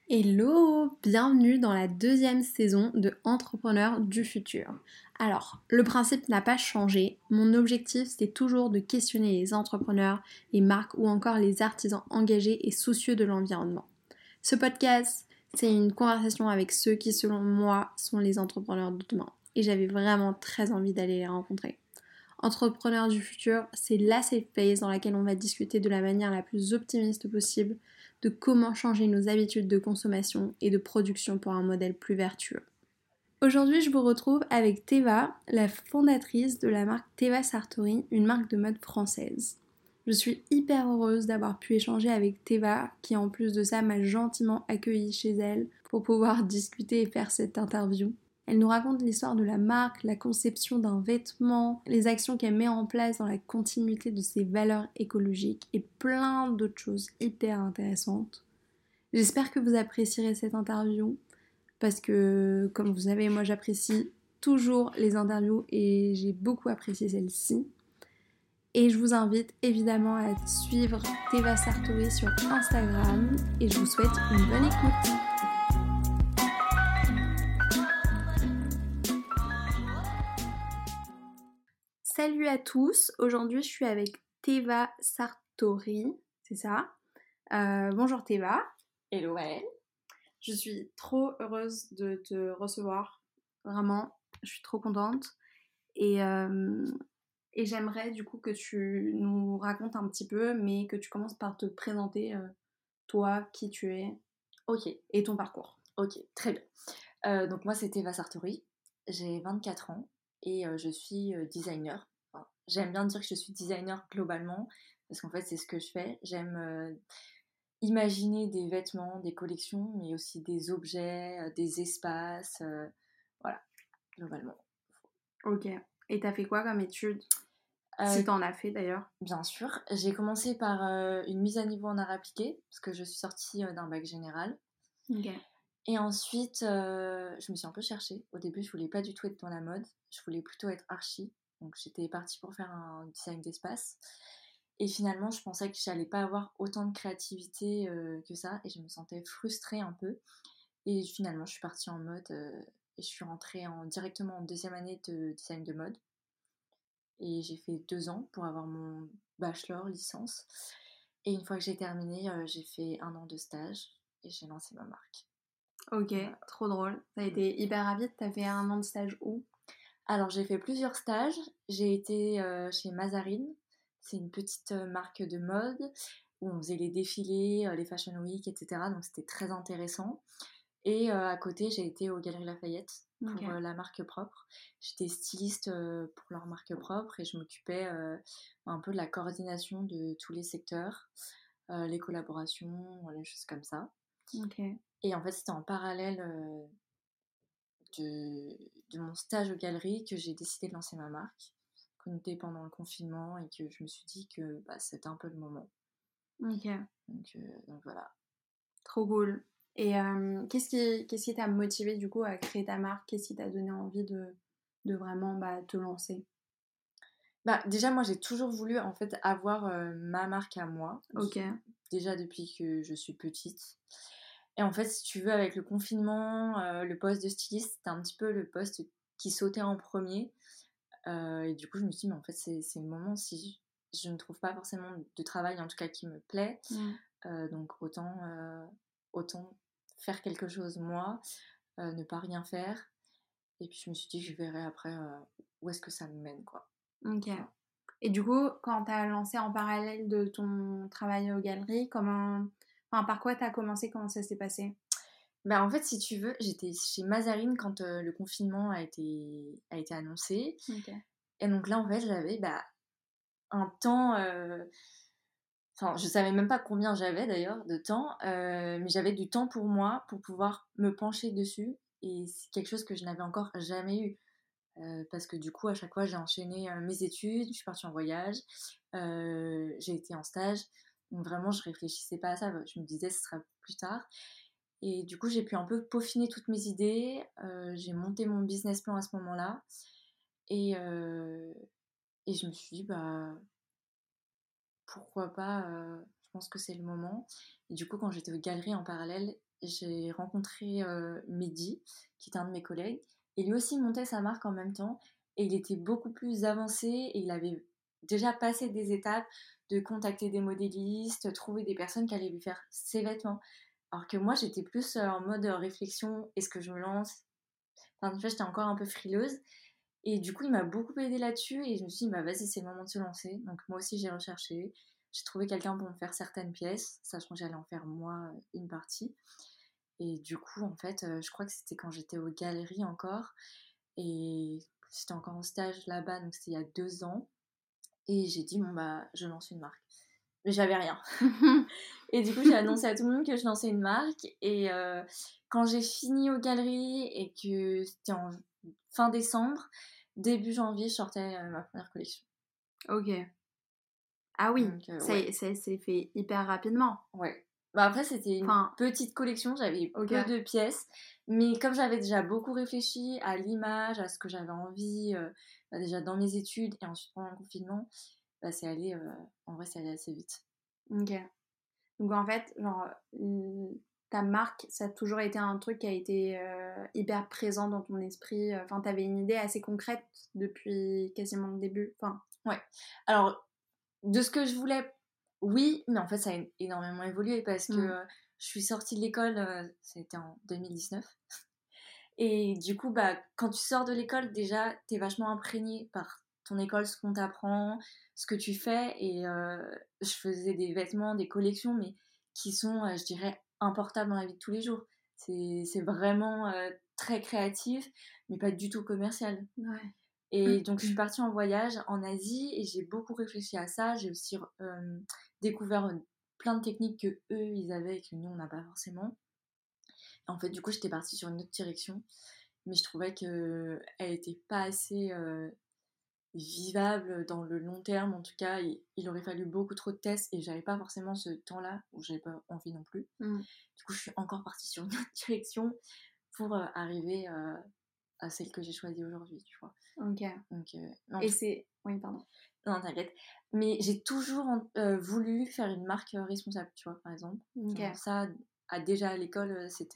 Hello, bienvenue dans la deuxième saison de Entrepreneurs du futur. Alors, le principe n'a pas changé. Mon objectif, c'est toujours de questionner les entrepreneurs, les marques ou encore les artisans engagés et soucieux de l'environnement. Ce podcast, c'est une conversation avec ceux qui, selon moi, sont les entrepreneurs de demain. Et j'avais vraiment très envie d'aller les rencontrer. Entrepreneurs du futur, c'est la safe place dans laquelle on va discuter de la manière la plus optimiste possible de comment changer nos habitudes de consommation et de production pour un modèle plus vertueux. Aujourd'hui, je vous retrouve avec Teva, la fondatrice de la marque Teva Sartori, une marque de mode française. Je suis hyper heureuse d'avoir pu échanger avec Teva, qui en plus de ça m'a gentiment accueillie chez elle pour pouvoir discuter et faire cette interview. Elle nous raconte l'histoire de la marque, la conception d'un vêtement, les actions qu'elle met en place dans la continuité de ses valeurs écologiques et plein d'autres choses hyper intéressantes. J'espère que vous apprécierez cette interview parce que, comme vous savez, moi j'apprécie toujours les interviews et j'ai beaucoup apprécié celle-ci. Et je vous invite évidemment à suivre Teva Sartori sur Instagram et je vous souhaite une bonne écoute. Salut à tous, aujourd'hui je suis avec Teva Sartori, c'est ça. Bonjour Teva. Hello Maëlle. Je suis trop heureuse de te recevoir, vraiment, je suis trop contente. Et j'aimerais du coup que tu nous racontes un petit peu, mais que tu commences par te présenter, toi, qui tu es, Ok, et ton parcours. ok, très bien. Donc moi c'est Teva Sartori, j'ai 24 ans et je suis designer. Enfin, j'aime bien dire que je suis designer globalement parce qu'en fait c'est ce que je fais. J'aime imaginer des vêtements, des collections, mais aussi des objets, des espaces, voilà, globalement. Ok. Et t'as fait quoi comme études? Euh, Si t'en as fait d'ailleurs. Bien sûr, j'ai commencé par une mise à niveau en art appliqué parce que je suis sortie d'un bac général. Ok. Et ensuite, je me suis un peu cherchée. Au début, je voulais pas du tout être dans la mode. Je voulais plutôt être archi. Donc j'étais partie pour faire un design d'espace. Et finalement, je pensais que j'allais pas avoir autant de créativité que ça. Et je me sentais frustrée un peu. Et finalement, je suis partie en mode et je suis rentrée directement en deuxième année de design de mode. Et j'ai fait 2 ans pour avoir mon bachelor, licence. Et une fois que j'ai terminé, j'ai fait 1 an de stage et j'ai lancé ma marque. Ok, Voilà. trop drôle. T'as été hyper rapide, t'as fait un an de stage où? Alors j'ai fait plusieurs stages. J'ai été chez Mazarine. C'est une petite marque de mode où on faisait les défilés, les Fashion Week, etc. Donc c'était très intéressant. Et à côté, j'ai été aux Galeries Lafayette pour Ok. la marque propre. J'étais styliste pour leur marque propre et je m'occupais un peu de la coordination de tous les secteurs, les collaborations, les choses comme ça. Ok. Et en fait, c'était en parallèle de mon stage aux galeries que j'ai décidé de lancer ma marque, qu'on était pendant le confinement et que je me suis dit que c'était un peu le moment. Ok. Donc voilà. Trop cool. Et qu'est-ce qui t'a motivé du coup à créer ta marque? Qu'est-ce qui t'a donné envie de vraiment te lancer? Déjà, moi, j'ai toujours voulu en fait avoir ma marque à moi, Ok. déjà depuis que je suis petite. Et en fait, si tu veux, avec le confinement, le poste de styliste, c'était un petit peu le poste qui sautait en premier. Et du coup, je me suis dit, mais en fait, c'est le moment si je ne trouve pas forcément de travail, en tout cas qui me plaît. Mm. Donc autant faire quelque chose moi, ne pas rien faire. Et puis je me suis dit, je verrai après où est-ce que ça me mène, quoi. Ok. Voilà. Et du coup, quand t'as lancé en parallèle de ton travail aux galeries, par quoi t'as commencé? Comment ça s'est passé? En fait, si tu veux, j'étais chez Mazarine quand le confinement a été annoncé. Ok. Et donc là, en fait, j'avais un temps. Enfin, je savais même pas combien j'avais d'ailleurs de temps, mais j'avais du temps pour moi pour pouvoir me pencher dessus. Et c'est quelque chose que je n'avais encore jamais eu. Parce que du coup, à chaque fois, j'ai enchaîné mes études, je suis partie en voyage, j'ai été en stage. Donc vraiment, je réfléchissais pas à ça. Je me disais, ce sera plus tard. Et du coup, j'ai pu un peu peaufiner toutes mes idées. J'ai monté mon business plan à ce moment-là. Et, euh, et je me suis dit, pourquoi pas, je pense que c'est le moment. Et du coup, quand j'étais aux galeries en parallèle, j'ai rencontré Mehdi, qui était un de mes collègues, et lui aussi montait sa marque en même temps, et il était beaucoup plus avancé, et il avait déjà passé des étapes de contacter des modélistes, trouver des personnes qui allaient lui faire ses vêtements. Alors que moi, j'étais plus en mode réflexion, est-ce que je me lance? Enfin, tu vois, j'étais encore un peu frileuse. Et du coup, il m'a beaucoup aidé là-dessus et je me suis dit, bah vas-y, c'est le moment de se lancer. Donc moi aussi, j'ai recherché. J'ai trouvé quelqu'un pour me faire certaines pièces, sachant que j'allais en faire moi une partie. Et du coup, en fait, je crois que c'était quand j'étais aux galeries encore. Et j'étais encore en stage là-bas, donc c'était il y a 2 ans. Et j'ai dit, bon, bah, je lance une marque. Mais j'avais rien. Et du coup, j'ai annoncé à tout le monde que je lançais une marque. Et quand j'ai fini aux galeries et que c'était en fin décembre, début janvier, je sortais ma première collection. Ok. Ah oui, Donc, ça, ouais. ça s'est fait hyper rapidement. Ouais. Bah après, c'était une Enfin, petite collection, j'avais ok. peu de pièces. Mais comme j'avais déjà beaucoup réfléchi à l'image, à ce que j'avais envie, bah, déjà dans mes études et ensuite pendant le confinement, bah, c'est allé, en vrai, c'est allé assez vite. Ok. Donc en fait, genre, ta marque, ça a toujours été un truc qui a été hyper présent dans ton esprit. Enfin, t'avais une idée assez concrète depuis quasiment le début. Enfin, Ouais. Alors, de ce que je voulais, oui, mais en fait, ça a énormément évolué parce que mm, je suis sortie de l'école, c'était en 2019. Et du coup, bah, quand tu sors de l'école, déjà, t'es vachement imprégné par ton école, ce qu'on t'apprend, ce que tu fais. Et je faisais des vêtements, des collections, mais qui sont, je dirais, importables dans la vie de tous les jours. C'est vraiment très créatif, mais pas du tout commercial. ouais. Et donc, je suis partie en voyage en Asie et j'ai beaucoup réfléchi à ça. J'ai aussi découvert plein de techniques que eux, ils avaient et que nous, on n'a pas forcément. En fait, du coup, j'étais partie sur une autre direction, mais je trouvais qu'elle n'était pas assez vivable dans le long terme. En tout cas, il aurait fallu beaucoup trop de tests et j'avais pas forcément ce temps-là, où j'avais pas envie non plus. Mm, Du coup, je suis encore partie sur une autre direction pour arriver à celle que j'ai choisie aujourd'hui, tu vois. ok. Donc, non, Et c'est... Oui, pardon. non, t'inquiète. Mais j'ai toujours voulu faire une marque responsable, tu vois, par exemple. Ok. Genre ça, déjà à l'école,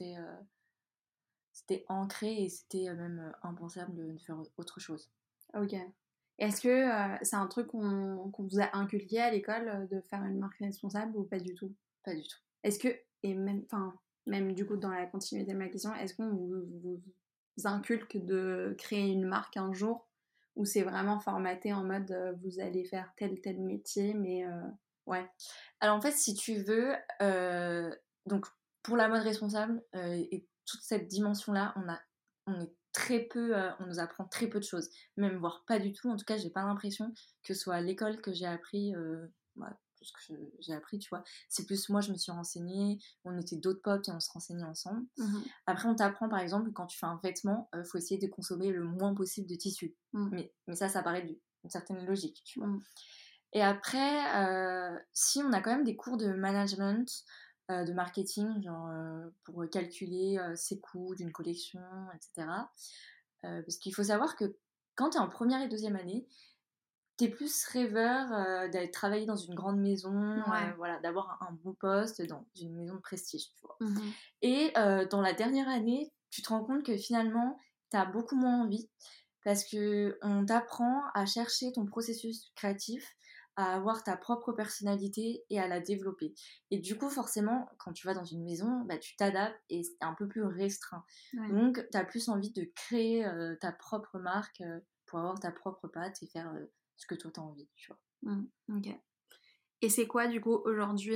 c'était ancré et c'était même impensable de faire autre chose. Ok. Est-ce que c'est un truc qu'on vous a inculqué à l'école de faire une marque responsable ou pas du tout? Pas du tout. Est-ce que, et même, enfin, même du coup dans la continuité de ma question, est-ce qu'on vous inculque de créer une marque un jour ou c'est vraiment formaté en mode vous allez faire tel métier, mais ouais. Alors en fait, si tu veux, donc pour la mode responsable et toute cette dimension-là, on est très peu, on nous apprend très peu de choses, même voire pas du tout. En tout cas, j'ai pas l'impression que ce soit à l'école que j'ai appris bah, tout ce que j'ai appris, tu vois. C'est plus moi, je me suis renseignée, on était d'autres potes et on se renseignait ensemble. Mhm. Après, on t'apprend par exemple quand tu fais un vêtement, faut essayer de consommer le moins possible de tissu. Mhm. Mais ça paraît d'une certaine logique, tu vois. Mhm. Et après, si on a quand même des cours de management, de marketing, genre pour calculer ses coûts d'une collection, etc. Parce qu'il faut savoir que quand tu es en première et deuxième année, tu es plus rêveur d'aller travailler dans une grande maison, Ouais. voilà, d'avoir un bon poste dans une maison de prestige, tu vois. Mhm. Et dans la dernière année, tu te rends compte que finalement, tu as beaucoup moins envie parce que on t'apprend à chercher ton processus créatif, à avoir ta propre personnalité et à la développer. Et du coup, forcément, quand tu vas dans une maison, bah, tu t'adaptes et c'est un peu plus restreint. Ouais. Donc, tu as plus envie de créer ta propre marque pour avoir ta propre patte et faire ce que toi t'as envie, tu vois. Mhm. Ok. Et c'est quoi du coup aujourd'hui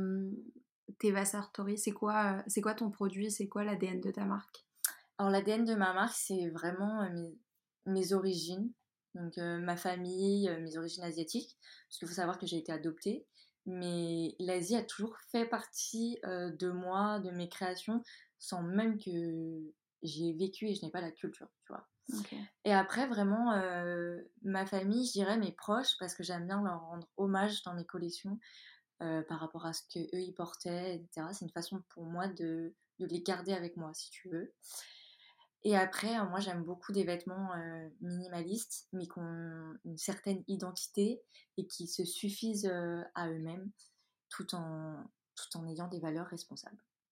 Teva Sartori? C'est quoi ton produit? C'est quoi l'ADN de ta marque? Alors l'ADN de ma marque, c'est vraiment mes origines, donc ma famille, mes origines asiatiques, parce qu'il faut savoir que j'ai été adoptée, mais l'Asie a toujours fait partie de moi, de mes créations, sans même que j'y ai vécu et je n'ai pas la culture, tu vois. Ok. Et après, vraiment, ma famille, je dirais mes proches, parce que j'aime bien leur rendre hommage dans mes collections par rapport à ce qu'eux ils portaient, etc. C'est une façon pour moi de les garder avec moi, si tu veux. Et après, moi j'aime beaucoup des vêtements minimalistes, mais qui ont une certaine identité et qui se suffisent à eux-mêmes, tout en ayant des valeurs responsables.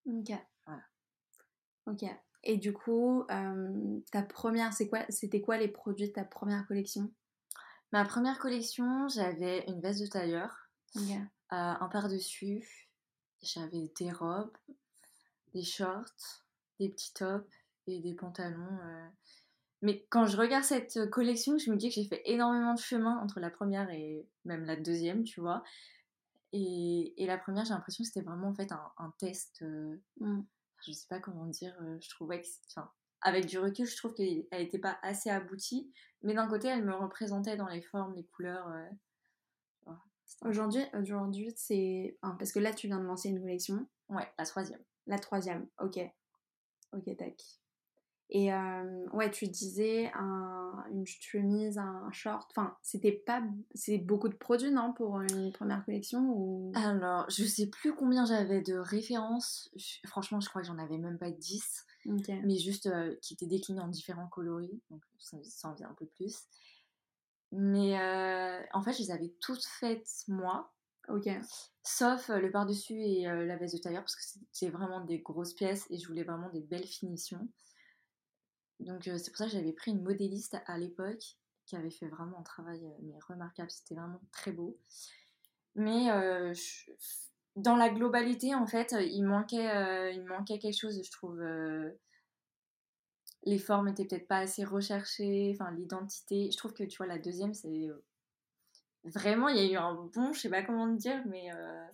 Ok. Voilà. Ok. Et du coup, ta première, c'était quoi les produits de ta première collection? Ma première collection, j'avais une veste de tailleur, Ok. un par-dessus, j'avais des robes, des shorts, des petits tops et des pantalons. Mais quand je regarde cette collection, je me dis que j'ai fait énormément de chemin entre la première et même la deuxième, tu vois. Et la première, j'ai l'impression que c'était vraiment en fait un test. Mm. Je sais pas comment dire. Je trouvais que, enfin, avec du recul, je trouve qu'elle n'était pas assez aboutie. Mais d'un côté, elle me représentait dans les formes, les couleurs. Voilà. Aujourd'hui, c'est... parce que là, tu viens de lancer une collection. Ouais, la troisième. La troisième, ok. Ok, tac. Et ouais, tu disais une chemise, un short. Enfin, c'était pas... C'est beaucoup de produits, non, pour une première collection ou... Alors, je sais plus combien j'avais de références. Franchement, je crois que j'en avais même pas 10. Ok. Mais juste qui étaient déclinés en différents coloris. Donc, ça en vient un peu plus. Mais en fait, je les avais toutes faites moi. Ok. Sauf le par-dessus et la veste de tailleur parce que c'est vraiment des grosses pièces et je voulais vraiment des belles finitions. Donc c'est pour ça que j'avais pris une modéliste à l'époque qui avait fait vraiment un travail mais remarquable. C'était vraiment très beau. Mais dans la globalité, en fait, il manquait quelque chose, je trouve. Les formes étaient peut-être pas assez recherchées, enfin l'identité. Je trouve que tu vois, la deuxième, c'est vraiment, il y a eu un bon, je sais pas comment te dire, mais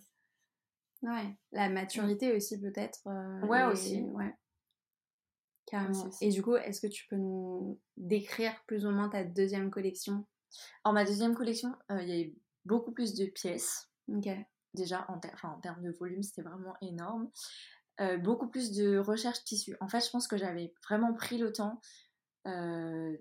Ouais. La maturité aussi, peut-être. ouais, aussi. Ouais, Aussi, carrément. Et aussi. du coup, est-ce que tu peux nous décrire plus ou moins ta deuxième collection? Alors, ma deuxième collection, il y avait beaucoup plus de pièces. Ok. Déjà, en termes de volume, c'était vraiment énorme. Beaucoup plus de recherche tissu. En fait, je pense que j'avais vraiment pris le temps euh,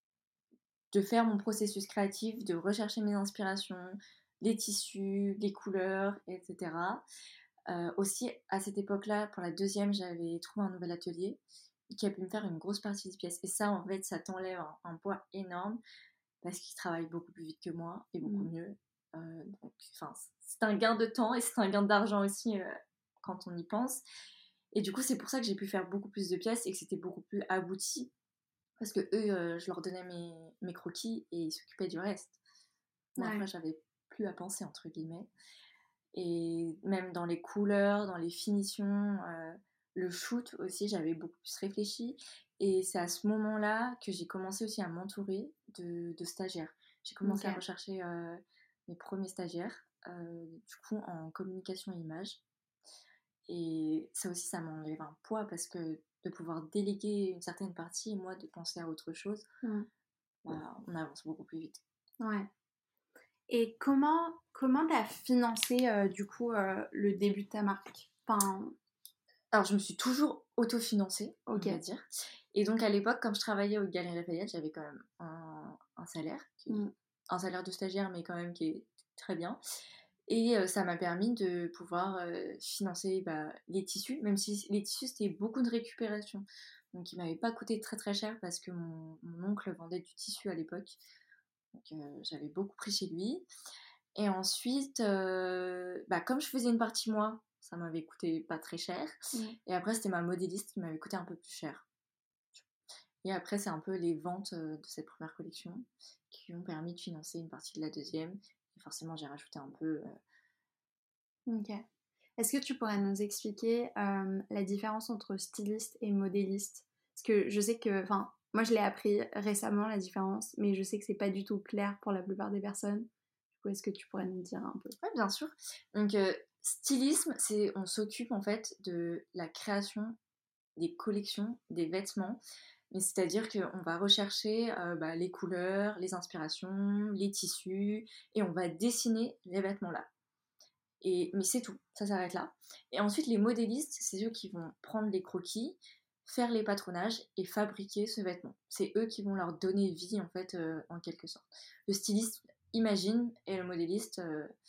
de faire mon processus créatif, de rechercher mes inspirations, les tissus, les couleurs, etc. Aussi, à cette époque-là, pour la deuxième, j'avais trouvé un nouvel atelier qui a pu me faire une grosse partie des pièces. Et ça, en fait, ça t'enlève un poids énorme parce qu'il travaille beaucoup plus vite que moi et beaucoup Mm. mieux. Donc, enfin, c'est un gain de temps et c'est un gain d'argent aussi quand on y pense. Et du coup, c'est pour ça que j'ai pu faire beaucoup plus de pièces et que c'était beaucoup plus abouti parce que eux, je leur donnais mes croquis et ils s'occupaient du reste. Moi, après, Ouais. j'avais plus à penser, entre guillemets. Et même dans les couleurs, dans les finitions, le shoot aussi, j'avais beaucoup plus réfléchi. Et c'est à ce moment-là que j'ai commencé aussi à m'entourer de stagiaires. J'ai commencé à Ok. rechercher mes premiers stagiaires, du coup en communication et image. Et ça aussi, ça m'enlève un poids parce que de pouvoir déléguer une certaine partie et moi de penser à autre chose, Mm. bah, on avance beaucoup plus vite. Ouais. Et comment t'as financé du coup le début de ta marque? Enfin, Alors, je me suis toujours autofinancée, on ok. va dire. Et donc, à l'époque, comme je travaillais au Galeries Lafayette, j'avais quand même un salaire, Mm. un salaire de stagiaire, mais quand même qui est très bien. Et ça m'a permis de pouvoir financer les tissus, même si les tissus, c'était beaucoup de récupération. Donc, il m'avait pas coûté très très cher parce que mon oncle vendait du tissu à l'époque. Donc, j'avais beaucoup pris chez lui. Et ensuite, comme je faisais une partie moi, ça m'avait coûté pas très cher. Mm. Et après, c'était ma modéliste qui m'avait coûté un peu plus cher. Et après, c'est un peu les ventes de cette première collection qui ont permis de financer une partie de la deuxième. Et forcément, j'ai rajouté un peu. Ok. Est-ce que tu pourrais nous expliquer la différence entre styliste et modéliste? Parce que je sais que, enfin, moi je l'ai appris récemment la différence, mais je sais que c'est pas du tout clair pour la plupart des personnes. Du coup, est-ce que tu pourrais nous dire un peu? Oui, bien sûr. Donc, stylisme, c'est on s'occupe en fait de la création des collections, des vêtements. Mais c'est-à-dire qu'on va rechercher les couleurs, les inspirations, les tissus, et on va dessiner les vêtements là. Mais c'est tout, ça s'arrête là. Et ensuite, les modélistes, c'est eux qui vont prendre les croquis, faire les patronages et fabriquer ce vêtement. C'est eux qui vont leur donner vie, en fait, en quelque sorte. Le styliste imagine et le modéliste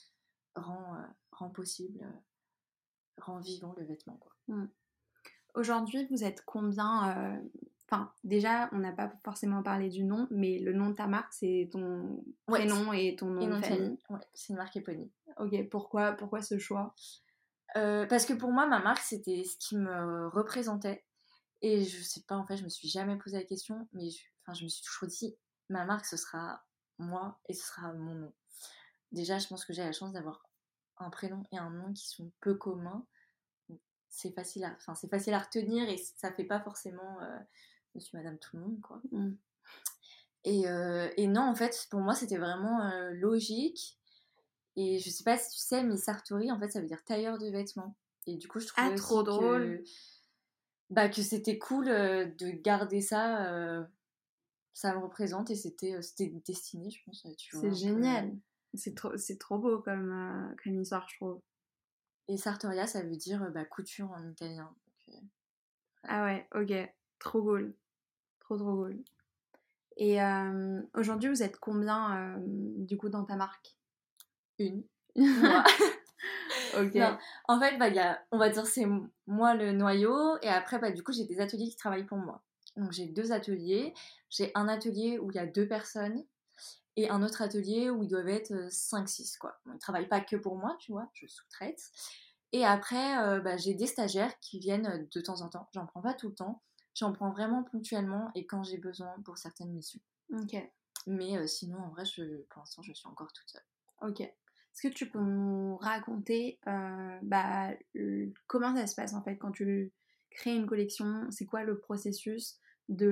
rend possible, rend vivant le vêtement, quoi. Mm. Aujourd'hui, vous êtes combien Enfin, déjà, on n'a pas forcément parlé du nom, mais le nom de ta marque, c'est ton Ouais, prénom et ton et nom de nom de famille. famille. Ouais, c'est une marque éponyme. Ok, pourquoi ce choix? Parce que pour moi, ma marque, c'était ce qui me représentait. Et je sais pas, en fait, je me suis jamais posé la question, mais je me suis toujours dit, ma marque, ce sera moi et ce sera mon nom. Déjà, je pense que j'ai la chance d'avoir un prénom et un nom qui sont peu communs. Donc, c'est facile à retenir et ça fait pas forcément monsieur, madame, tout le monde, quoi. Mm. Et non, en fait, pour moi, c'était vraiment logique. Et je sais pas si tu sais, mais Sartori, en fait, ça veut dire tailleur de vêtements. Et du coup, je Ah, trouvais trop aussi drôle. que c'était cool de garder ça. Ça me représente et c'était destiné, je pense, tu vois, C'est un peu. génial. C'est trop beau comme histoire, je trouve. Et Sartoria, ça veut dire couture en italien. Donc, Ah ouais, ok. Trop cool. Trop cool. Et aujourd'hui, vous êtes combien du coup dans ta marque? une, moi. Non, Ok. en fait, on va dire c'est moi le noyau et après, du coup, j'ai des ateliers qui travaillent pour moi. Donc, j'ai 2 ateliers. J'ai un atelier où il y a 2 personnes et un autre atelier où ils doivent être 5-6, quoi. Bon, ils travaillent pas que pour moi, tu vois, je sous-traite. Et après, j'ai des stagiaires qui viennent de temps en temps. J'en prends pas tout le temps. J'en prends vraiment ponctuellement et quand j'ai besoin pour certaines missions. Ok. Mais sinon, en vrai, pour l'instant, je suis encore toute seule. Ok. Est-ce que tu peux nous raconter comment ça se passe en fait quand tu crées une collection? C'est quoi le processus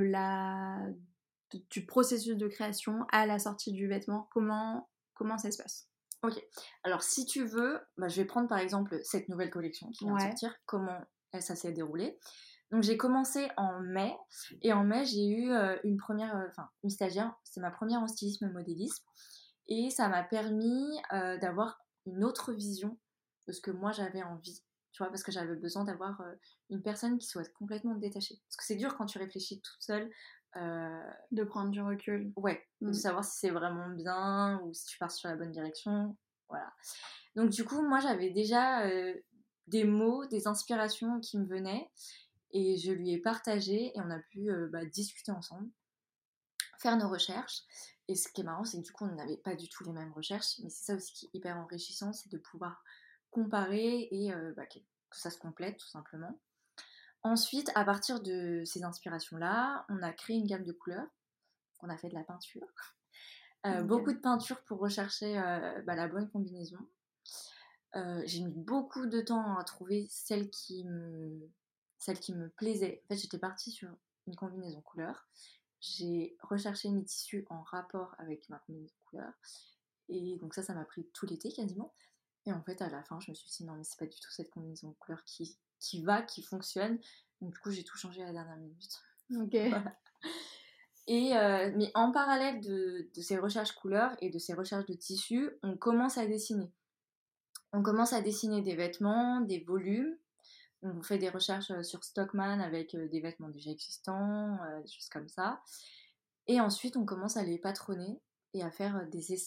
du processus de création à la sortie du vêtement? Comment ça se passe? Ok. Alors, si tu veux, je vais prendre par exemple cette nouvelle collection qui vient de Ouais. sortir. Comment ça s'est déroulé? Donc, j'ai commencé en mai. Et en mai, j'ai eu une stagiaire. C'est ma première en stylisme modélisme. Et ça m'a permis d'avoir une autre vision de ce que moi j'avais envie. Tu vois, parce que j'avais besoin d'avoir une personne qui soit complètement détachée. Parce que c'est dur quand tu réfléchis toute seule. De prendre du recul. Ouais, de Mm. savoir si c'est vraiment bien ou si tu pars sur la bonne direction. Voilà. Donc du coup, moi j'avais déjà des mots, des inspirations qui me venaient et je lui ai partagé et on a pu discuter ensemble, faire nos recherches. Et ce qui est marrant, c'est que du coup, on n'avait pas du tout les mêmes recherches, mais c'est ça aussi qui est hyper enrichissant, c'est de pouvoir comparer et que ça se complète tout simplement. Ensuite, à partir de ces inspirations-là, on a créé une gamme de couleurs, on a fait de la peinture. Beaucoup Ok. de peinture pour rechercher la bonne combinaison. J'ai mis beaucoup de temps à trouver celle qui me plaisait. En fait, j'étais partie sur une combinaison couleur. J'ai recherché mes tissus en rapport avec ma combinaison couleur. Et donc ça m'a pris tout l'été quasiment. Et en fait, à la fin, je me suis dit non, mais c'est pas du tout cette combinaison couleur qui fonctionne. Donc du coup, j'ai tout changé à la dernière minute. Ok. Voilà. Mais en parallèle de ces recherches couleurs et de ces recherches de tissus, on commence à dessiner. On commence à dessiner des vêtements, des volumes. On fait des recherches sur Stockman avec des vêtements déjà existants, des choses comme ça. Et ensuite, on commence à les patronner et à faire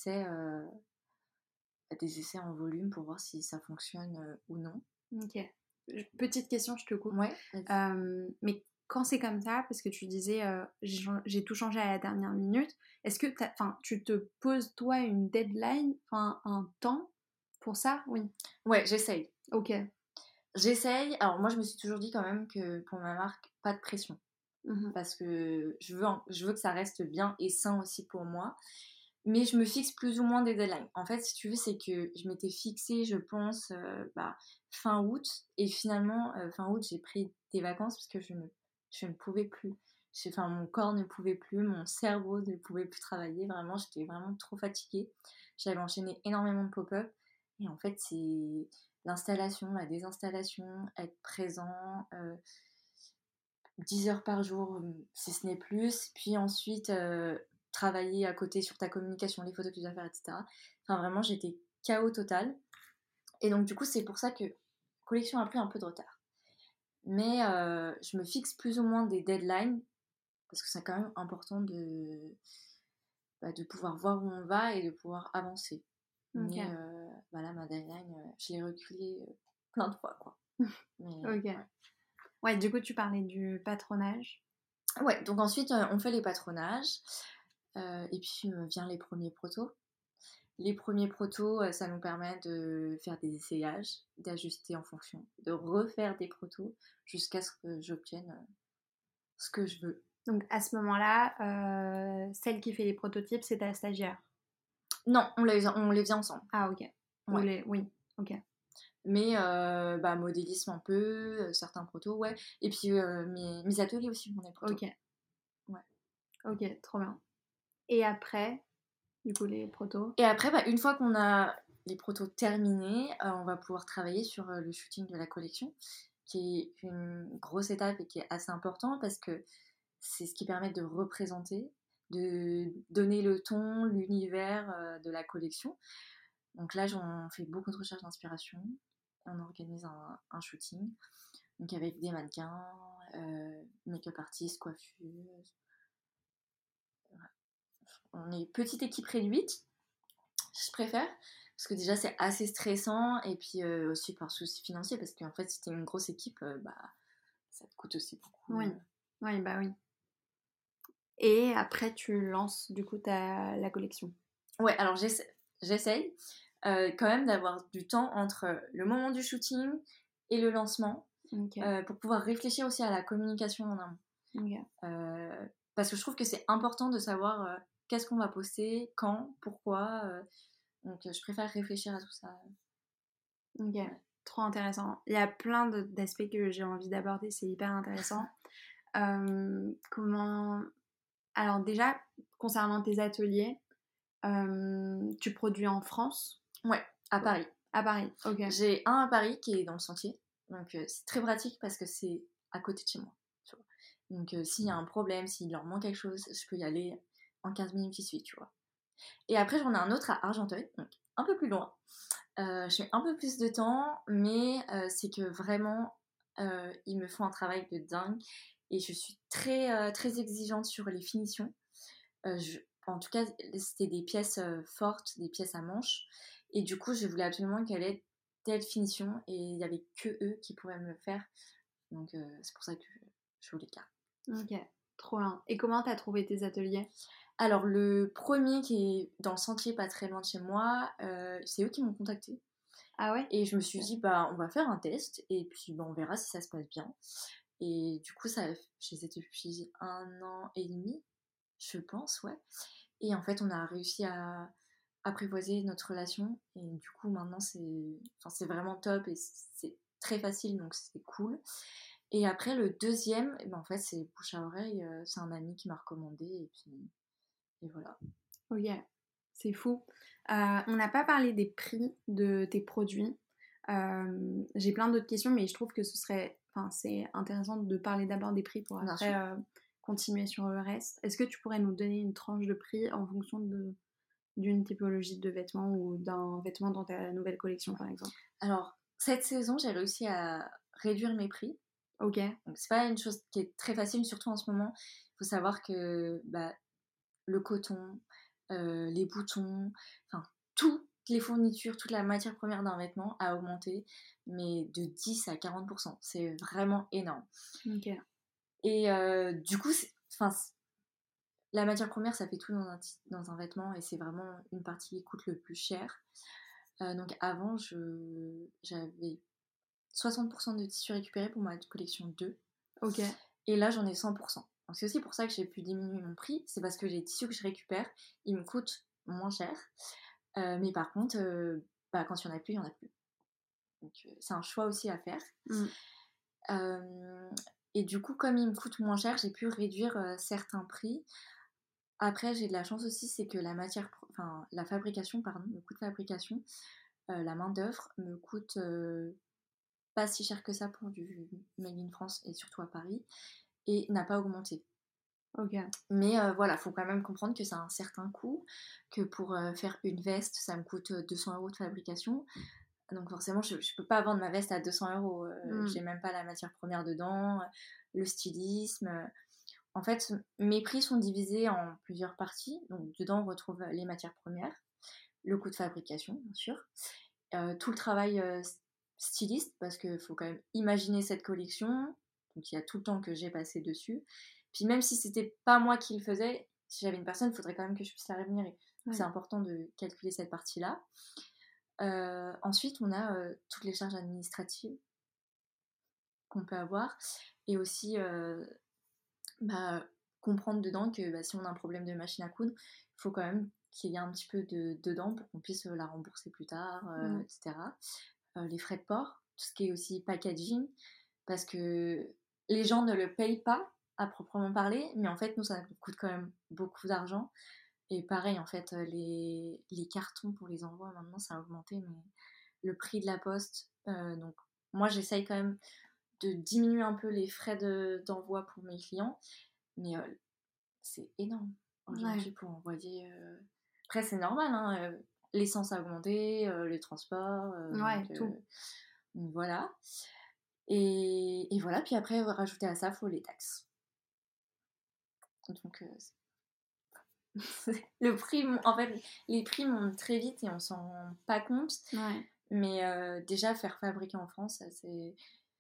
des essais en volume pour voir si ça fonctionne ou non. Ok. Petite question, je te coupe. Ouais, vas-y. Mais quand c'est comme ça, parce que tu disais j'ai tout changé à la dernière minute, est-ce que tu te poses toi une deadline, un temps pour ça? Oui. Ouais, j'essaye. Ok. J'essaye. Alors moi, je me suis toujours dit quand même que pour ma marque, pas de pression. Mhm. Parce que je veux que ça reste bien et sain aussi pour moi. Mais je me fixe plus ou moins des deadlines. En fait, si tu veux, c'est que je m'étais fixée, je pense, fin août. Et finalement, fin août, j'ai pris des vacances parce que je ne pouvais plus. Mon corps ne pouvait plus, mon cerveau ne pouvait plus travailler. Vraiment, j'étais vraiment trop fatiguée. J'avais enchaîné énormément de pop-up. Et en fait, c'est l'installation, la désinstallation, être présent, 10 heures par jour, si ce n'est plus. Puis ensuite, travailler à côté sur ta communication, les photos que tu dois faire, etc. Enfin, vraiment, j'étais KO total. Et donc, du coup, c'est pour ça que collection a pris un peu de retard. Mais je me fixe plus ou moins des deadlines, parce que c'est quand même important de pouvoir voir où on va et de pouvoir avancer. Ok. Mais voilà, ma deadline, je l'ai reculée plein de fois, quoi. Mais, Ok. ouais. Ouais, du coup, tu parlais du patronage. Ouais, donc ensuite, on fait les patronages. Et puis vient les premiers protos. Les premiers protos, ça nous permet de faire des essayages, d'ajuster en fonction, de refaire des protos jusqu'à ce que j'obtienne ce que je veux. Donc à ce moment-là, celle qui fait les prototypes, c'est ta stagiaire. Non, on les faisait ensemble. Ah ok. Ouais. Oui, ok. Mais modélisme un peu, certains protos, ouais. Et puis mes ateliers aussi, on est protos. Ok. Ouais. Ok, trop bien. Et après, du coup, les protos. Et après, une fois qu'on a les protos terminés, on va pouvoir travailler sur le shooting de la collection, qui est une grosse étape et qui est assez important parce que c'est ce qui permet de représenter, de donner le ton, l'univers de la collection. Donc là, on fait beaucoup de recherches d'inspiration. On organise un shooting donc avec des mannequins, make-up artistes, coiffeuses. On est petite équipe réduite, je préfère, parce que déjà c'est assez stressant et puis aussi par souci financier, parce qu'en fait si t'es une grosse équipe, ça te coûte aussi beaucoup. Oui, oui, bah oui. Et après, tu lances du coup la collection. Ouais, alors j'essaye quand même d'avoir du temps entre le moment du shooting et le lancement, Ok. pour pouvoir réfléchir aussi à la communication en amont. Ok. Parce que je trouve que c'est important de savoir qu'est-ce qu'on va poster, quand, pourquoi. Donc je préfère réfléchir à tout ça. Ok. Ouais. Trop intéressant. Il y a plein d'aspects que j'ai envie d'aborder, c'est hyper intéressant. Comment... Alors déjà, concernant tes ateliers, tu produis en France? Ouais, à Paris. À Paris, ok. J'ai un à Paris qui est dans le Sentier. Donc c'est très pratique parce que c'est à côté de chez moi. Tu vois. Donc s'il y a un problème, s'il leur manque quelque chose, je peux y aller en 15 minutes, j'y suis, tu vois. Et après, j'en ai un autre à Argenteuil, donc un peu plus loin. Je mets un peu plus de temps, mais c'est que vraiment, ils me font un travail de dingue. Et je suis très, très exigeante sur les finitions. En tout cas, c'était des pièces fortes, des pièces à manches. Et du coup, je voulais absolument qu'elle ait telle finition. Et il n'y avait que eux qui pourraient me le faire. Donc, c'est pour ça que je voulais le garder. Ok, trop bien. Et comment t'as trouvé tes ateliers? Alors, le premier qui est dans le Sentier, pas très loin de chez moi, c'est eux qui m'ont contacté. Ah ouais? Et je me suis dit, on va faire un test. Et puis, on verra si ça se passe bien. Et du coup, je les ai depuis 1 an et demi, je pense, ouais. Et en fait, on a réussi à apprivoiser notre relation. Et du coup, maintenant, c'est vraiment top et c'est très facile, donc c'est cool. Et après, le deuxième, en fait, c'est bouche à oreille. C'est un ami qui m'a recommandé. Et voilà. Ok, c'est fou. On n'a pas parlé des prix de tes produits. J'ai plein d'autres questions, mais je trouve que c'est intéressant de parler d'abord des prix pour Bien après sûr. continuer sur le reste. Est-ce que tu pourrais nous donner une tranche de prix en fonction d'une typologie de vêtements ou d'un vêtement dans ta nouvelle collection, par exemple? Alors, cette saison, j'ai réussi à réduire mes prix. Ok, Donc, c'est pas une chose qui est très facile, surtout en ce moment. Il faut savoir que le coton, les boutons, enfin, toutes les fournitures, toute la matière première d'un vêtement a augmenté, mais de 10 à 40%. C'est vraiment énorme. ok, Et du coup, la matière première, ça fait tout dans un vêtement et c'est vraiment une partie qui coûte le plus cher. Donc avant, j'avais 60% de tissu récupéré pour ma collection 2. ok, Et là, j'en ai 100%. Donc c'est aussi pour ça que j'ai pu diminuer mon prix. C'est parce que les tissus que je récupère, ils me coûtent moins cher. Mais par contre, quand il n'y en a plus, il n'y en a plus. Donc c'est un choix aussi à faire. mm, Euh, et du coup, comme ils me coûtent moins cher, j'ai pu réduire certains prix. Après, j'ai de la chance aussi, c'est que la fabrication, pardon, le coût de fabrication, la main-d'œuvre me coûte pas si cher que ça pour du Made in France et surtout à Paris, et n'a pas augmenté. ok, Mais voilà, faut quand même comprendre que ça a un certain coût, que pour faire une veste, ça me coûte 200 € de fabrication. Donc forcément, je peux pas vendre ma veste à 200 €. mm, J'ai même pas la matière première dedans, le stylisme. En fait, mes prix sont divisés en plusieurs parties. Donc dedans, on retrouve les matières premières, le coût de fabrication, bien sûr, tout le travail styliste, parce qu'il faut quand même imaginer cette collection. Donc il y a tout le temps que j'ai passé dessus. Puis même si c'était pas moi qui le faisais, si j'avais une personne, il faudrait quand même que je puisse la rémunérer. Ouais. C'est important de calculer cette partie-là. Ensuite, on a toutes les charges administratives qu'on peut avoir et aussi bah, comprendre dedans que si on a un problème de machine à coudre, il faut quand même qu'il y ait un petit peu dedans pour qu'on puisse la rembourser plus tard, etc. Les frais de port, tout ce qui est aussi packaging, parce que les gens ne le payent pas à proprement parler, mais en fait, nous, ça nous coûte quand même beaucoup d'argent. Et pareil, en fait, les cartons pour les envois, maintenant, ça a augmenté, mais le prix de la poste, donc moi, j'essaye quand même de diminuer un peu les frais d'envoi pour mes clients, mais c'est énorme aujourd'hui Ouais. pour envoyer. Après, c'est normal, hein, l'essence a augmenté, les transports, Ouais, tout. donc voilà. Et voilà, puis après, rajouter à ça, il faut les taxes. Donc, le prix, en fait, les prix montent très vite et on s'en rend pas compte. Ouais. Mais déjà, faire fabriquer en France, c'est...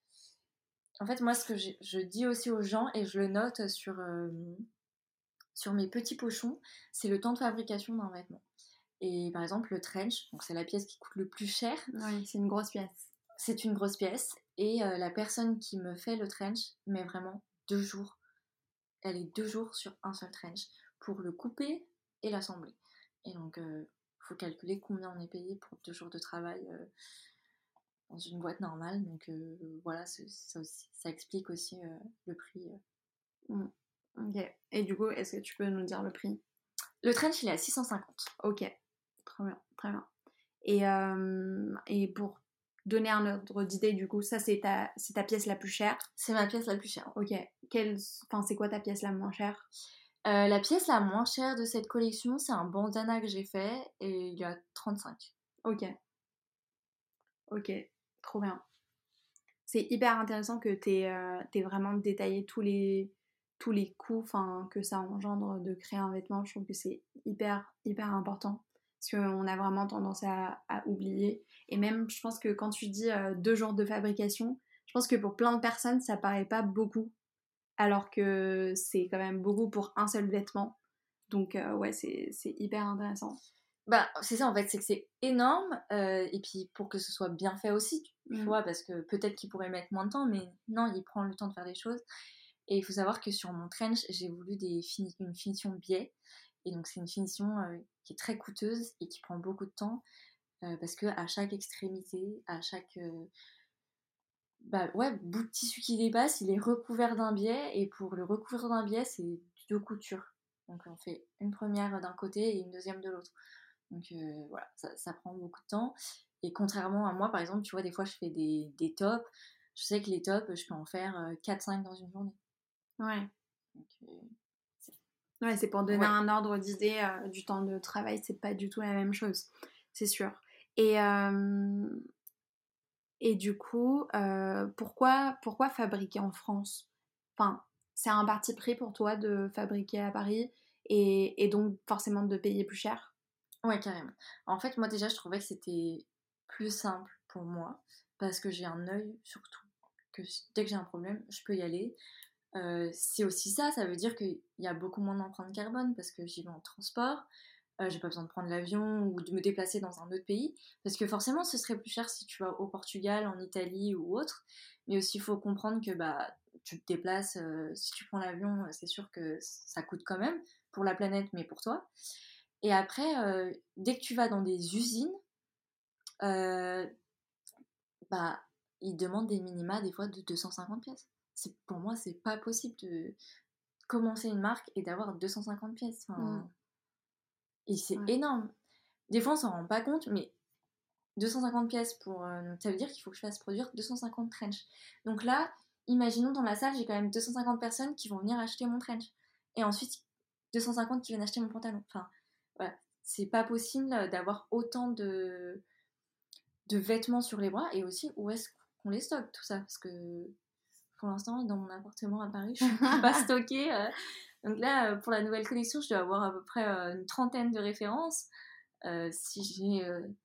En fait, moi, ce que je dis aussi aux gens, et je le note sur mes petits pochons, c'est le temps de fabrication d'un vêtement. Et par exemple, le trench, donc c'est la pièce qui coûte le plus cher. Ouais, c'est une grosse pièce. C'est une grosse pièce. Et la personne qui me fait le trench met vraiment 2 jours. Elle est 2 jours sur un seul trench pour le couper et l'assembler. Et donc, faut calculer combien on est payé pour 2 jours de travail dans une boîte normale. Donc voilà, ça explique aussi le prix. Mm. Ok. Et du coup, est-ce que tu peux nous dire le prix? Le trench, il est à 650. Ok. Très bien, très bien. Et pour donner un ordre d'idée, du coup, ça, c'est ta pièce la plus chère. C'est ma pièce la plus chère. Ok. Enfin, c'est quoi ta pièce la moins chère? La pièce la moins chère de cette collection, c'est un bandana que j'ai fait et il y a 35. Ok. Ok. Trop bien. C'est hyper intéressant que t'aies vraiment détaillé tous les coûts que ça engendre de créer un vêtement. Je trouve que c'est hyper, hyper important. Parce qu'on a vraiment tendance à oublier. Et même, je pense que quand tu dis 2 jours de fabrication, je pense que pour plein de personnes, ça paraît pas beaucoup. Alors que c'est quand même beaucoup pour un seul vêtement. Donc, ouais, c'est hyper intéressant. Bah, c'est ça en fait, c'est que c'est énorme. Et puis pour que ce soit bien fait aussi, tu vois, parce que peut-être qu'il pourrait mettre moins de temps, mais non, il prend le temps de faire des choses. Et il faut savoir que sur mon trench, j'ai voulu une finition biais. Et donc c'est une finition qui est très coûteuse et qui prend beaucoup de temps parce que à chaque extrémité, à chaque bout de tissu qui dépasse, il est recouvert d'un biais. Et pour le recouvrir d'un biais, c'est 2 coutures. Donc on fait une première d'un côté et une deuxième de l'autre. Donc voilà, ça prend beaucoup de temps. Et contrairement à moi, par exemple, tu vois, des fois je fais des tops. Je sais que les tops, je peux en faire 4-5 dans une journée. Ouais. Donc, Ouais, c'est pour donner ouais. un ordre d'idée du temps de travail, c'est pas du tout la même chose, c'est sûr. Et, euh, et du coup, pourquoi fabriquer en France? Enfin, c'est un parti pris pour toi de fabriquer à Paris et donc forcément de payer plus cher? Ouais, carrément. En fait, moi déjà, je trouvais que c'était plus simple pour moi parce que j'ai un œil sur tout. Que dès que j'ai un problème, je peux y aller. C'est aussi ça veut dire qu'il y a beaucoup moins d'empreinte carbone parce que j'y vais en transport. J'ai pas besoin de prendre l'avion ou de me déplacer dans un autre pays. Parce que forcément, ce serait plus cher si tu vas au Portugal, en Italie ou autre. Mais aussi, il faut comprendre que tu te déplaces, si tu prends l'avion, c'est sûr que ça coûte quand même pour la planète, mais pour toi. Et après, dès que tu vas dans des usines, euh, bah, ils demandent des minima des fois de 250 pièces. Pour moi, c'est pas possible de commencer une marque et d'avoir 250 pièces. Mm. Et c'est Ouais. énorme. Des fois, on s'en rend pas compte, mais 250 pièces ça veut dire qu'il faut que je fasse produire 250 trench. Donc là, imaginons dans la salle, j'ai quand même 250 personnes qui vont venir acheter mon trench. Et ensuite, 250 qui viennent acheter mon pantalon. Enfin, voilà. C'est pas possible d'avoir autant de vêtements sur les bras. Et aussi, où est-ce qu'on les stocke, tout ça? Parce que pour l'instant, dans mon appartement à Paris, je peux pas stocker. Donc là, pour la nouvelle collection, je dois avoir à peu près une trentaine de références. Si j'ai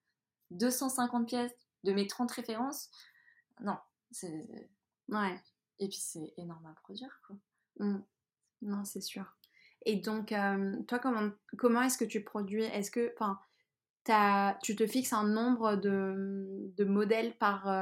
250 pièces de mes 30 références, non. Ouais. Et puis c'est énorme à produire, quoi. Mm. Non, c'est sûr. Et donc, toi, comment est-ce que tu produis? Est-ce que, enfin, tu te fixes un nombre de modèles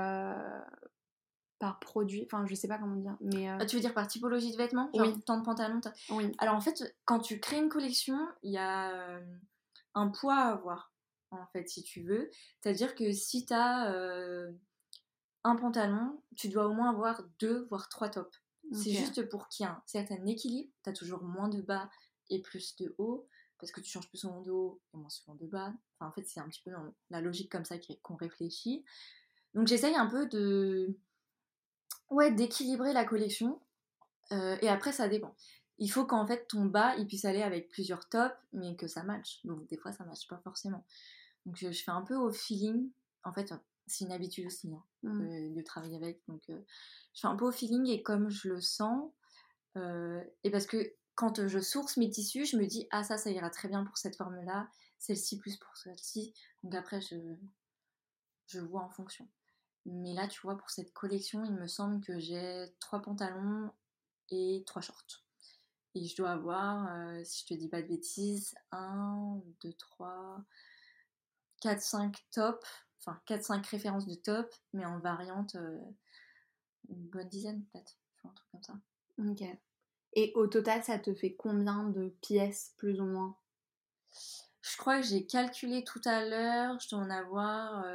par produit? Enfin, je sais pas comment dire, mais Tu veux dire par typologie de vêtements? Genre oui, tant de pantalons oui, Alors en fait, quand tu crées une collection, il y a un poids à avoir, en fait, si tu veux. C'est-à-dire que si tu as un pantalon, tu dois au moins avoir 2 voire 3 tops. C'est ok. juste pour qu'il y ait un certain équilibre. Tu as toujours moins de bas et plus de haut, parce que tu changes plus souvent de haut et moins souvent de bas. Enfin, en fait, c'est un petit peu dans la logique comme ça qu'on réfléchit. Donc j'essaye un peu d'équilibrer la collection. Et après, ça dépend. Il faut qu'en fait ton bas il puisse aller avec plusieurs tops, mais que ça matche. Donc des fois, ça matche pas forcément. Donc je fais un peu au feeling. En fait, c'est une habitude aussi hein, de travailler avec. Donc je fais un peu au feeling et comme je le sens. Et parce que quand je source mes tissus, je me dis ah ça ira très bien pour cette forme-là, celle-ci plus pour celle-ci. Donc après, je vois en fonction. Mais là, tu vois, pour cette collection, il me semble que j'ai 3 pantalons et 3 shorts. Et je dois avoir, si je te dis pas de bêtises, 1, 2, 3, 4, 5 tops, enfin 4, 5 références de tops, mais en variante une bonne dizaine peut-être, un truc comme ça. Ok. Et au total, ça te fait combien de pièces, plus ou moins? Je crois que j'ai calculé tout à l'heure, je dois en avoir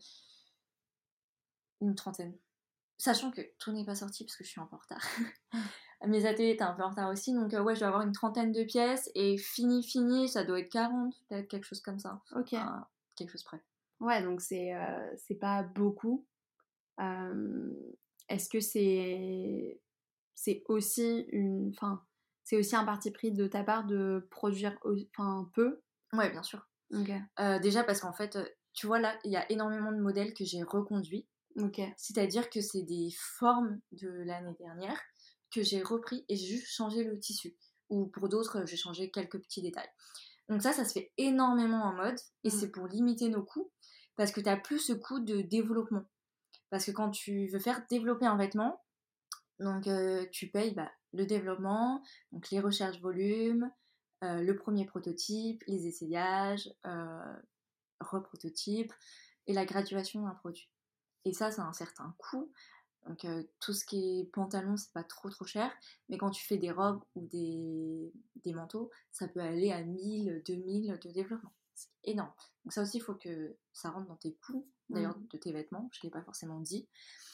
une trentaine. Sachant que tout n'est pas sorti parce que je suis un peu en retard. Mes ateliers étaient un peu en retard aussi, donc ouais, je dois avoir une trentaine de pièces et fini, ça doit être 40, peut-être quelque chose comme ça. Ok. Quelque chose près. Ouais, donc c'est pas beaucoup. Euh, Est-ce que c'est aussi enfin, c'est aussi un parti pris de ta part de produire enfin, peu? Ouais, bien sûr. Ok. Déjà parce qu'en fait, tu vois là, il y a énormément de modèles que j'ai reconduits. Ok. C'est-à-dire que c'est des formes de l'année dernière que j'ai repris et j'ai juste changé le tissu. Ou pour d'autres, j'ai changé quelques petits détails. Donc ça se fait énormément en mode et c'est pour limiter nos coûts parce que tu n'as plus ce coût de développement. Parce que quand tu veux faire développer un vêtement, donc tu payes le développement, donc les recherches volume, le premier prototype, les essayages, reprototype et la graduation d'un produit. Et ça a un certain coût. Donc tout ce qui est pantalon, c'est pas trop cher. Mais quand tu fais des robes ou des manteaux, ça peut aller à 1000, 2000 de développement. C'est énorme. Donc ça aussi, il faut que ça rentre dans tes coûts, d'ailleurs de tes vêtements. Je ne l'ai pas forcément dit.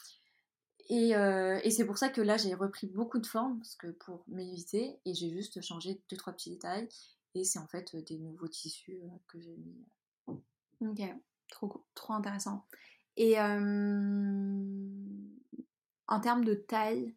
Et c'est pour ça que là, j'ai repris beaucoup de formes parce que pour m'éviter. Et j'ai juste changé 2-3 petits détails. Et c'est en fait des nouveaux tissus que j'ai mis. Ok. Trop intéressant. Et en termes de taille,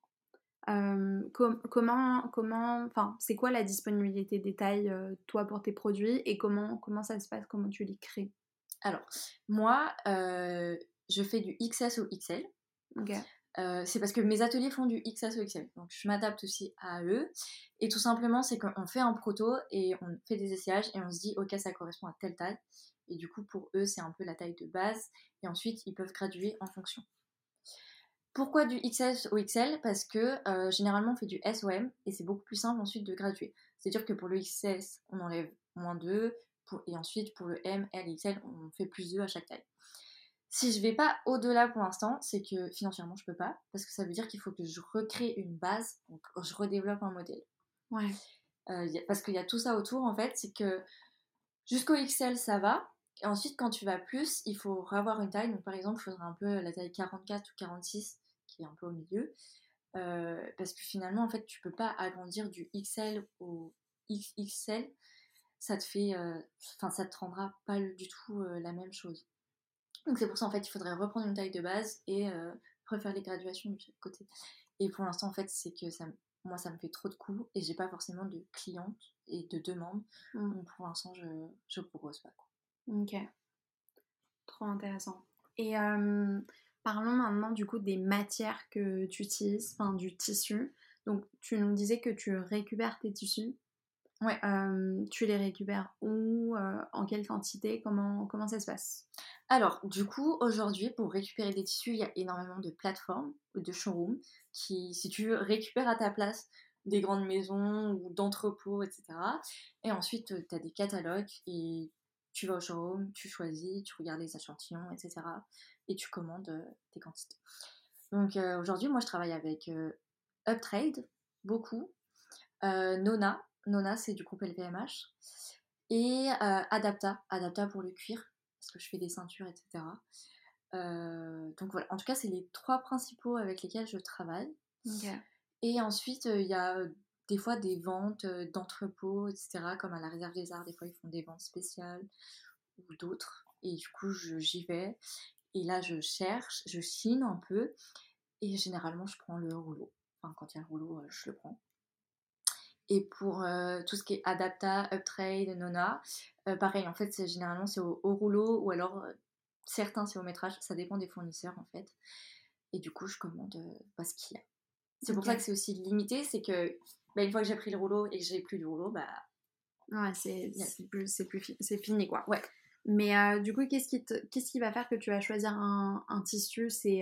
enfin, c'est quoi la disponibilité des tailles, toi, pour tes produits et comment ça se passe, comment tu les crées? Alors, moi, je fais du XS au XL. Ok. C'est parce que mes ateliers font du XS au XL. Donc, je m'adapte aussi à eux. Et tout simplement, c'est qu'on fait un proto et on fait des essayages et on se dit, ok, ça correspond à telle taille. Et du coup, pour eux, c'est un peu la taille de base. Et ensuite, ils peuvent graduer en fonction. Pourquoi du XS au XL? Parce que généralement, on fait du S au M et c'est beaucoup plus simple ensuite de graduer. C'est-à-dire que pour le XS, on enlève moins 2 et ensuite pour le M, L et XL, on fait plus 2 à chaque taille. Si je vais pas au-delà pour l'instant, c'est que financièrement je peux pas, parce que ça veut dire qu'il faut que je recrée une base, donc je redéveloppe un modèle. Ouais. Parce qu'il y a tout ça autour en fait, c'est que jusqu'au XL ça va, et ensuite quand tu vas plus, il faut revoir une taille, donc par exemple il faudra un peu la taille 44 ou 46, qui est un peu au milieu, parce que finalement en fait tu peux pas agrandir du XL au XXL, ça te fait, ça te rendra pas du tout la même chose. Donc c'est pour ça en fait il faudrait reprendre une taille de base et refaire les graduations de chaque côté. Et pour l'instant en fait c'est que moi ça me fait trop de coups et j'ai pas forcément de clientes et de demandes. Donc pour l'instant je propose pas quoi. Ok. Trop intéressant. Et parlons maintenant du coup des matières que tu utilises, enfin du tissu. Donc tu nous disais que tu récupères tes tissus. Ouais. Tu les récupères où, en quelle quantité, comment ça se passe? Alors du coup aujourd'hui pour récupérer des tissus il y a énormément de plateformes ou de showrooms qui si tu veux récupèrent à ta place des grandes maisons ou d'entrepôts, etc. Et ensuite, tu as des catalogues et tu vas au showroom, tu choisis, tu regardes les échantillons, etc. Et tu commandes tes quantités. Donc aujourd'hui, moi, je travaille avec Uptrade, beaucoup. Nona, c'est du groupe LVMH. Et Adapta pour le cuir, parce que je fais des ceintures, etc. Donc voilà, en tout cas, c'est les 3 principaux avec lesquels je travaille. Ok. Et ensuite, il y a des fois des ventes d'entrepôts, etc. Comme à la Réserve des Arts, des fois ils font des ventes spéciales ou d'autres. Et du coup, j'y vais. Et là, je cherche, je chine un peu. Et généralement, je prends le rouleau. Enfin, quand il y a le rouleau, je le prends. Et pour tout ce qui est Adapta, Uptrade, Nona, pareil, en fait, généralement, c'est au rouleau ou alors certains, c'est au métrage. Ça dépend des fournisseurs, en fait. Et du coup, je commande ce qu'il y a. C'est pour ça que c'est aussi limité, c'est que une fois que j'ai pris le rouleau et que j'ai plus de rouleau, ouais, c'est fini quoi. Ouais. Mais du coup, qu'est-ce qui va faire que tu vas choisir un tissu? C'est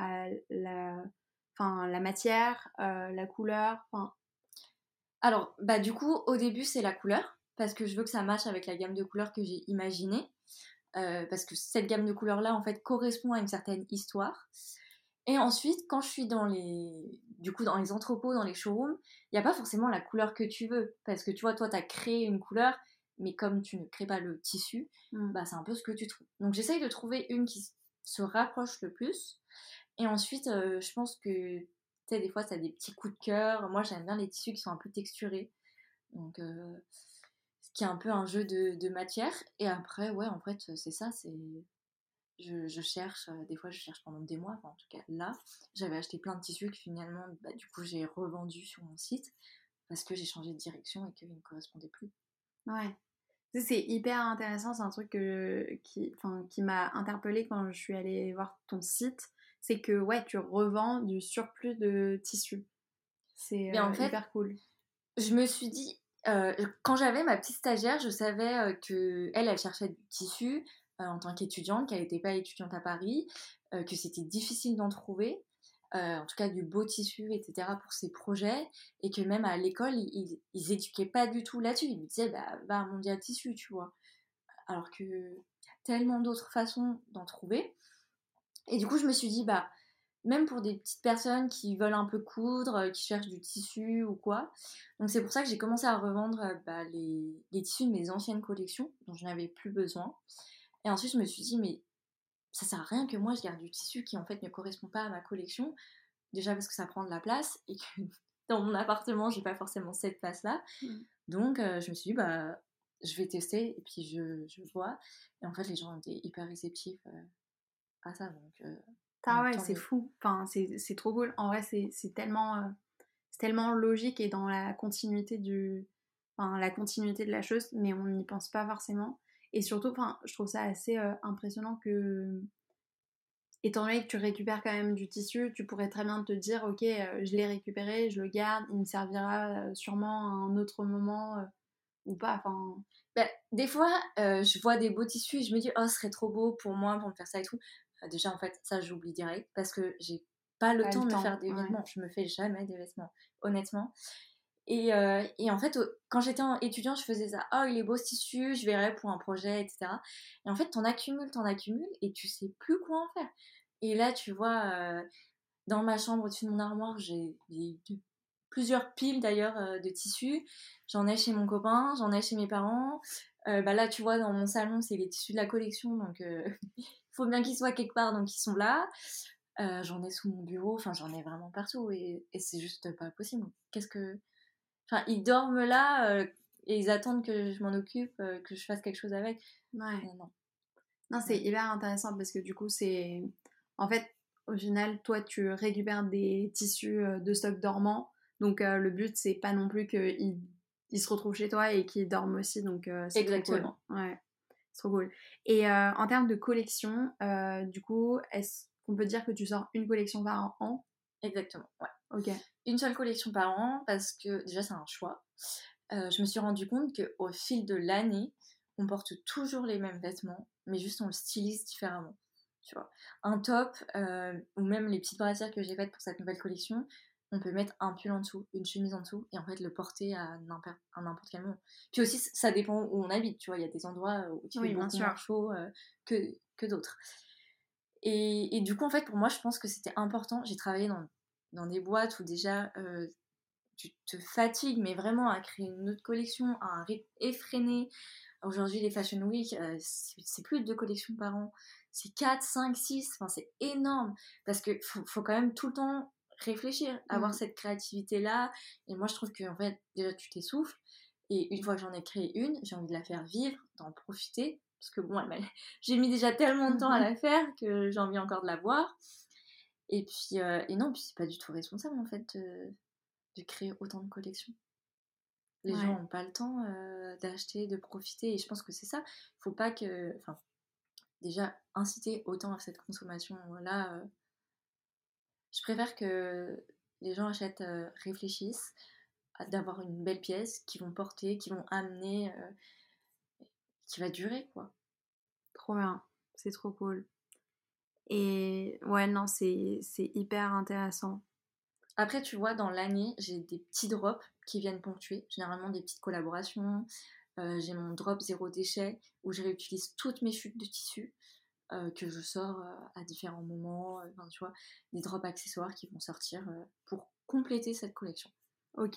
la matière, la couleur, enfin. Alors, du coup, au début, c'est la couleur, parce que je veux que ça matche avec la gamme de couleurs que j'ai imaginée. Parce que cette gamme de couleurs-là, en fait, correspond à une certaine histoire. Et ensuite, quand je suis dans les entrepôts, dans les showrooms, il n'y a pas forcément la couleur que tu veux. Parce que tu vois, toi, tu as créé une couleur, mais comme tu ne crées pas le tissu, c'est un peu ce que tu trouves. Donc j'essaye de trouver une qui se rapproche le plus. Et ensuite, je pense que, tu sais, des fois, ça a des petits coups de cœur. Moi, j'aime bien les tissus qui sont un peu texturés. Donc, ce qui est un peu un jeu de matière. Et après, ouais, en fait, c'est ça, je cherche, des fois je cherche pendant des mois, enfin, en tout cas là, j'avais acheté plein de tissus que finalement, du coup, j'ai revendu sur mon site parce que j'ai changé de direction et qu'ils ne me correspondaient plus. Ouais. Tu sais, c'est hyper intéressant, c'est un truc qui m'a interpellée quand je suis allée voir ton site. C'est que ouais, tu revends du surplus de tissu. C'est Mais en fait, hyper cool. je me suis dit, quand j'avais ma petite stagiaire, je savais que elle cherchait du tissu en tant qu'étudiante, qu'elle n'était pas étudiante à Paris, que c'était difficile d'en trouver, en tout cas du beau tissu, etc. pour ses projets, et que même à l'école, ils éduquaient pas du tout là-dessus. Ils lui disaient, va à Mondial Tissu, tu vois. Alors qu'il y a tellement d'autres façons d'en trouver. Et du coup, je me suis dit, même pour des petites personnes qui veulent un peu coudre, qui cherchent du tissu ou quoi. Donc c'est pour ça que j'ai commencé à revendre les tissus de mes anciennes collections, dont je n'avais plus besoin. Et ensuite, je me suis dit, mais ça sert à rien que moi je garde du tissu qui en fait ne correspond pas à ma collection. Déjà parce que ça prend de la place et que dans mon appartement, j'ai pas forcément cette place-là. Mm. Donc je me suis dit, je vais tester et puis je vois. Et en fait, les gens étaient hyper réceptifs à ça. Ah ouais, tant c'est mieux. fou. Enfin, c'est trop cool. En vrai, c'est tellement logique et dans la continuité de la chose, mais on n'y pense pas forcément. Et surtout, enfin, je trouve ça assez impressionnant que, étant donné que tu récupères quand même du tissu, tu pourrais très bien te dire, ok, je l'ai récupéré, je le garde, il me servira sûrement à un autre moment ou pas. Enfin, Des fois, je vois des beaux tissus et je me dis, oh, ce serait trop beau pour moi, pour me faire ça et tout. Déjà, en fait, ça, j'oublie direct parce que j'ai pas le pas temps le de me temps. faire des Ouais. vêtements. Je me fais jamais des vêtements, honnêtement. Et en fait, quand j'étais étudiante, je faisais ça. Oh, il est beau ce tissu, je verrai pour un projet, etc. Et en fait, t'en accumules et tu sais plus quoi en faire. Et là, tu vois, dans ma chambre, au-dessus de mon armoire, j'ai plusieurs piles d'ailleurs de tissus. J'en ai chez mon copain, j'en ai chez mes parents. Là, tu vois, dans mon salon, c'est les tissus de la collection, donc il faut bien qu'ils soient quelque part, donc ils sont là. J'en ai sous mon bureau, enfin, j'en ai vraiment partout et c'est juste pas possible. Enfin, ils dorment là et ils attendent que je m'en occupe, que je fasse quelque chose avec. Ouais. Non. Non, c'est hyper intéressant parce que du coup, c'est. En fait, au final, toi, tu récupères des tissus de stock dormant. Donc, le but, c'est pas non plus qu'ils se retrouvent chez toi et qu'ils dorment aussi. Donc, c'est trop cool. Exactement. Ouais, c'est trop cool. Et en termes de collection, du coup, est-ce qu'on peut dire que tu sors une collection par an? Exactement, ouais. Ok. Une seule collection par an parce que déjà, c'est un choix. Je me suis rendu compte qu'au fil de l'année, on porte toujours les mêmes vêtements, mais juste on le stylise différemment. Tu vois. Un top, ou même les petites brassières que j'ai faites pour cette nouvelle collection, on peut mettre un pull en dessous, une chemise en dessous, et en fait le porter à n'importe quel moment. Puis aussi, ça dépend où on habite, tu vois, il y a des endroits où il fait Oui, bien beaucoup sûr. moins chaud que d'autres. Et du coup, en fait, pour moi, je pense que c'était important. J'ai travaillé dans des boîtes où déjà tu te fatigues, mais vraiment à créer une autre collection à un rythme effréné. Aujourd'hui, les Fashion Week, c'est plus de 2 collections par an. C'est 4, 5, 6. Enfin, c'est énorme. Parce qu'il faut quand même tout le temps réfléchir, avoir cette créativité-là. Et moi, je trouve que, en fait, déjà, tu t'essouffles. Et une fois que j'en ai créé une, j'ai envie de la faire vivre, d'en profiter. Parce que bon, j'ai mis déjà tellement de temps à la faire que j'ai envie encore de la voir. Et puis, et non, puis c'est pas du tout responsable, en fait, de créer autant de collections. Les gens n'ont pas le temps d'acheter, de profiter, et je pense que c'est ça. Il faut pas que. Enfin, déjà, inciter autant à cette consommation-là. Je préfère que les gens achètent, réfléchissent, d'avoir une belle pièce, qu'ils vont porter, qu'ils vont amener, qui va durer, quoi. Trop bien, c'est trop cool. Et ouais, non, c'est hyper intéressant. Après, tu vois, dans l'année, j'ai des petits drops qui viennent ponctuer, généralement des petites collaborations. J'ai mon drop zéro déchet où je réutilise toutes mes chutes de tissu que je sors à différents moments. Enfin, tu vois, des drops accessoires qui vont sortir pour compléter cette collection. Ok.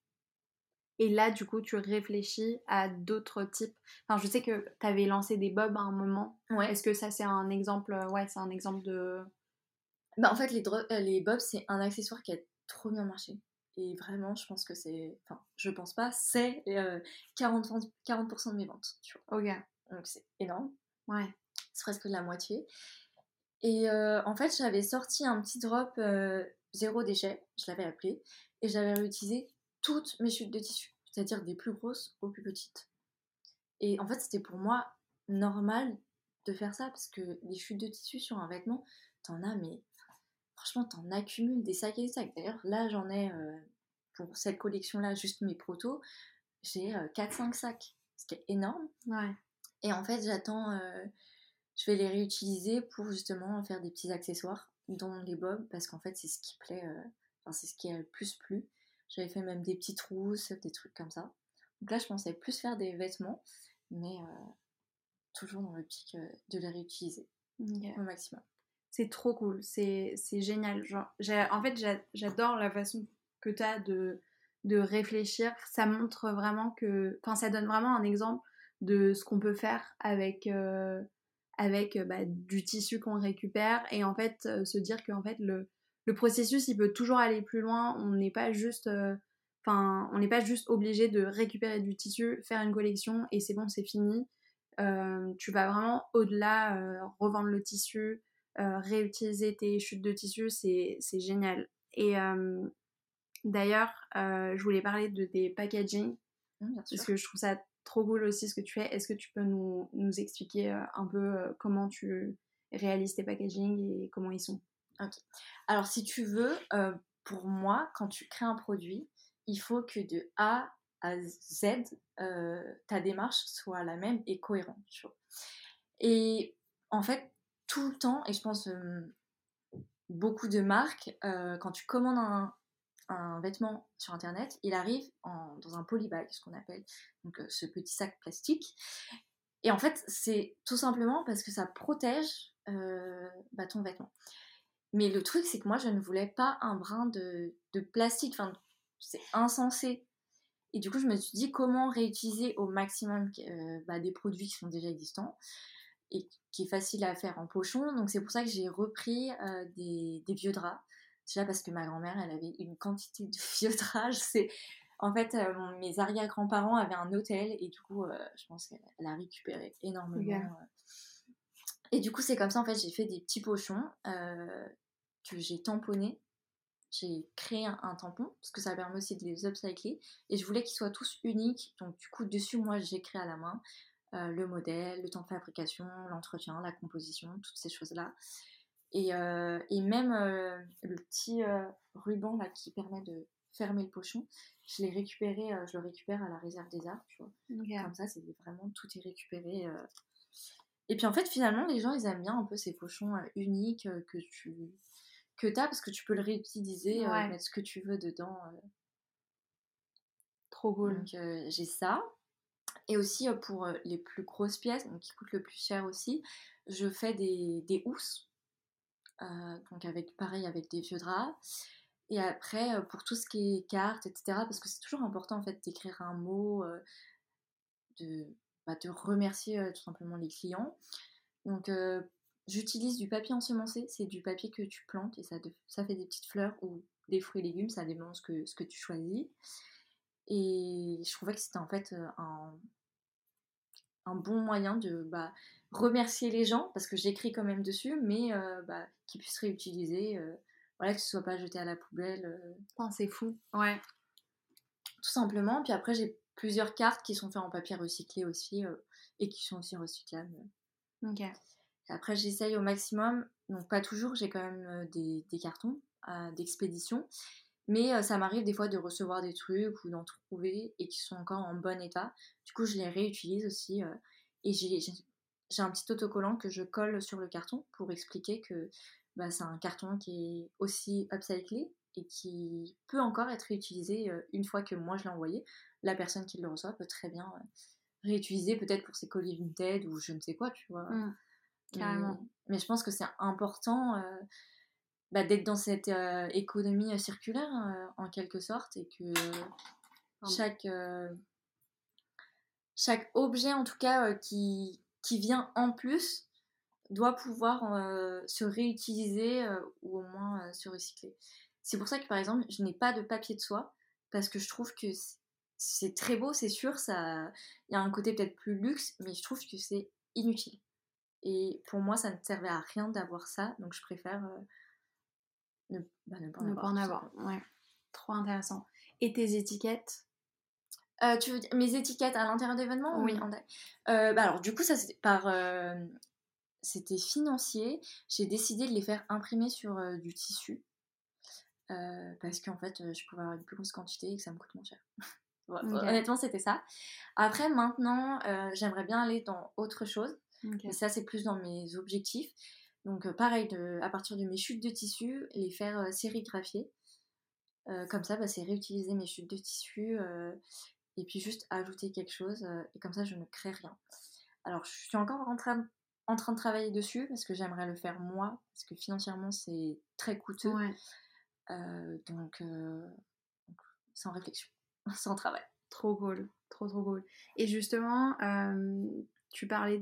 Et là, du coup, tu réfléchis à d'autres types. Enfin, je sais que tu avais lancé des bobs à un moment. Ouais. Est-ce que ça, c'est un exemple Ouais, c'est un exemple de... Bah, en fait, les bobs, c'est un accessoire qui a trop bien marché. Et vraiment, je pense que c'est. Enfin, je pense pas, c'est 40% de mes ventes, tu vois. Ok. Donc c'est énorme. Ouais. C'est presque la moitié. Et en fait, j'avais sorti un petit drop zéro déchet, je l'avais appelé, et j'avais réutilisé toutes mes chutes de tissu, c'est-à-dire des plus grosses aux plus petites. Et en fait, c'était pour moi normal de faire ça, parce que les chutes de tissu sur un vêtement, t'en as, mais franchement, t'en accumules des sacs et des sacs. D'ailleurs, là, j'en ai, pour cette collection-là, juste mes protos, j'ai 4-5 sacs, ce qui est énorme. Ouais. Et en fait, je vais les réutiliser pour justement faire des petits accessoires, dont les bobs, parce qu'en fait, c'est ce qui plaît, c'est ce qui a le plus plu. J'avais fait même des petites trousses, des trucs comme ça. Donc là, je pensais plus faire des vêtements, mais toujours dans l'optique de les réutiliser au maximum. C'est trop cool, c'est génial. Genre, en fait, j'adore la façon que tu as de réfléchir. Ça montre vraiment que... Enfin, ça donne vraiment un exemple de ce qu'on peut faire avec, du tissu qu'on récupère. Et en fait, se dire qu'en fait, le processus, il peut toujours aller plus loin. On n'est pas juste... on n'est pas juste obligé de récupérer du tissu, faire une collection et c'est bon, c'est fini. Tu vas vraiment au-delà, revendre le tissu, réutiliser tes chutes de tissu, c'est génial. Et d'ailleurs, je voulais parler de tes packaging, parce que je trouve ça trop cool aussi ce que tu fais. Est-ce que tu peux nous expliquer un peu comment tu réalises tes packaging et comment ils sont? Ok. Alors, si tu veux, pour moi, quand tu crées un produit, il faut que de A à Z, ta démarche soit la même et cohérente. Tu vois. Et en fait, tout le temps, et je pense beaucoup de marques, quand tu commandes un vêtement sur internet, il arrive dans un polybag, ce qu'on appelle, donc ce petit sac plastique. Et en fait, c'est tout simplement parce que ça protège ton vêtement. Mais le truc, c'est que moi, je ne voulais pas un brin de plastique. Enfin, c'est insensé. Et du coup, je me suis dit comment réutiliser au maximum des produits qui sont déjà existants et qui est facile à faire en pochon. Donc, c'est pour ça que j'ai repris des vieux draps. Déjà parce que ma grand-mère, elle avait une quantité de vieux draps. En fait, mes arrière-grands-parents avaient un hôtel et du coup, je pense qu'elle a récupéré énormément. Et du coup, c'est comme ça, en fait, j'ai fait des petits pochons que j'ai tamponnés. J'ai créé un tampon, parce que ça permet aussi de les upcycler. Et je voulais qu'ils soient tous uniques. Donc, du coup, dessus, moi, j'ai créé à la main le modèle, le temps de fabrication, l'entretien, la composition, toutes ces choses-là. Et même le petit ruban là, qui permet de fermer le pochon, je le récupère à la réserve des arts, tu vois. Comme ça, c'est vraiment tout est récupéré. Et puis en fait, finalement, les gens, ils aiment bien un peu ces pochons uniques que tu as parce que tu peux le réutiliser, Ouais, mettre ce que tu veux dedans. trop cool. Donc j'ai ça. Et aussi pour les plus grosses pièces, donc qui coûtent le plus cher aussi, je fais des housses. Donc pareil avec des vieux draps. Et après, pour tout ce qui est cartes, etc., parce que c'est toujours important en fait d'écrire un mot, de, de remercier tout simplement les clients. Donc j'utilise du papier ensemencé, c'est du papier que tu plantes et ça fait des petites fleurs ou des fruits et légumes, ça dépend ce que tu choisis. Et je trouvais que c'était en fait un bon moyen de remercier les gens, parce que j'écris quand même dessus, mais qu'ils puissent réutiliser, voilà, que ce soit pas jeté à la poubelle, Putain, c'est fou. Ouais. tout simplement. Puis après, j'ai plusieurs cartes qui sont faites en papier recyclé aussi, et qui sont aussi recyclables. Ok. Et après, j'essaye au maximum, donc pas toujours, j'ai quand même des cartons d'expédition, mais ça m'arrive des fois de recevoir des trucs ou d'en trouver et qui sont encore en bon état. Du coup, je les réutilise aussi. Et j'ai un petit autocollant que je colle sur le carton pour expliquer que c'est un carton qui est aussi upcyclé et qui peut encore être réutilisé une fois que moi je l'ai envoyé. La personne qui le reçoit peut très bien réutiliser peut-être pour ses colis Vinted ou je ne sais quoi, tu vois. Carrément. Mais je pense que c'est important d'être dans cette économie circulaire en quelque sorte et que chaque, chaque objet en tout cas qui vient en plus doit pouvoir se réutiliser ou au moins se recycler. C'est pour ça que par exemple je n'ai pas de papier de soie parce que je trouve que c'est très beau, c'est sûr, ça, il y a un côté peut-être plus luxe, mais je trouve que c'est inutile. Et pour moi, ça ne servait à rien d'avoir ça, donc je préfère ne pas en Ne pas avoir, en tout avoir. simplement. Ouais. Trop intéressant. Et tes étiquettes? Tu veux dire mes étiquettes à l'intérieur d'événements ou Oui. alors, du coup, ça c'était c'était financier. J'ai décidé de les faire imprimer sur du tissu parce qu'en fait, je pouvais avoir une plus grosse quantité et que ça me coûte moins cher. Ok. Honnêtement, c'était ça. Après, maintenant, j'aimerais bien aller dans autre chose, mais Ok. ça, c'est plus dans mes objectifs. Donc, pareil, à partir de mes chutes de tissu, les faire sérigraphier. Comme ça, c'est réutiliser mes chutes de tissu et puis juste ajouter quelque chose et comme ça, je ne crée rien. Alors, je suis encore en train de travailler dessus parce que j'aimerais le faire moi, parce que financièrement, c'est très coûteux. Ouais. Donc, c'est en réflexion, c'est en travail. Trop cool. Trop, trop cool. Et justement, tu parlais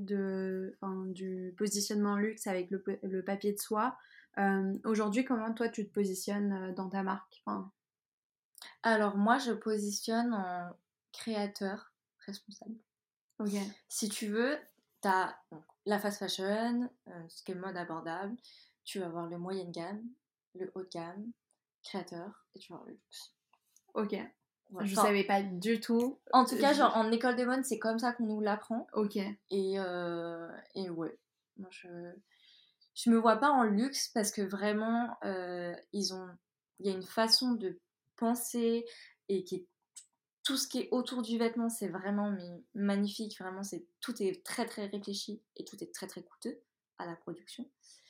du positionnement luxe avec le papier de soie. Aujourd'hui, comment toi tu te positionnes dans ta marque? Alors, moi, je positionne en créateur responsable. Ok. Si tu veux, tu as la fast fashion, ce qui est mode abordable, tu vas avoir le moyenne gamme, le haut de gamme, créateur, et tu vas avoir le luxe. Ok. Voilà. Je Enfin, savais pas du tout. en tout cas, genre en école de mode, c'est comme ça qu'on nous l'apprend. Ok. Et ouais, moi je me vois pas en luxe parce que vraiment, il y a une façon de penser et tout ce qui est autour du vêtement, c'est vraiment magnifique. Vraiment, tout est très très réfléchi et tout est très très coûteux à la production.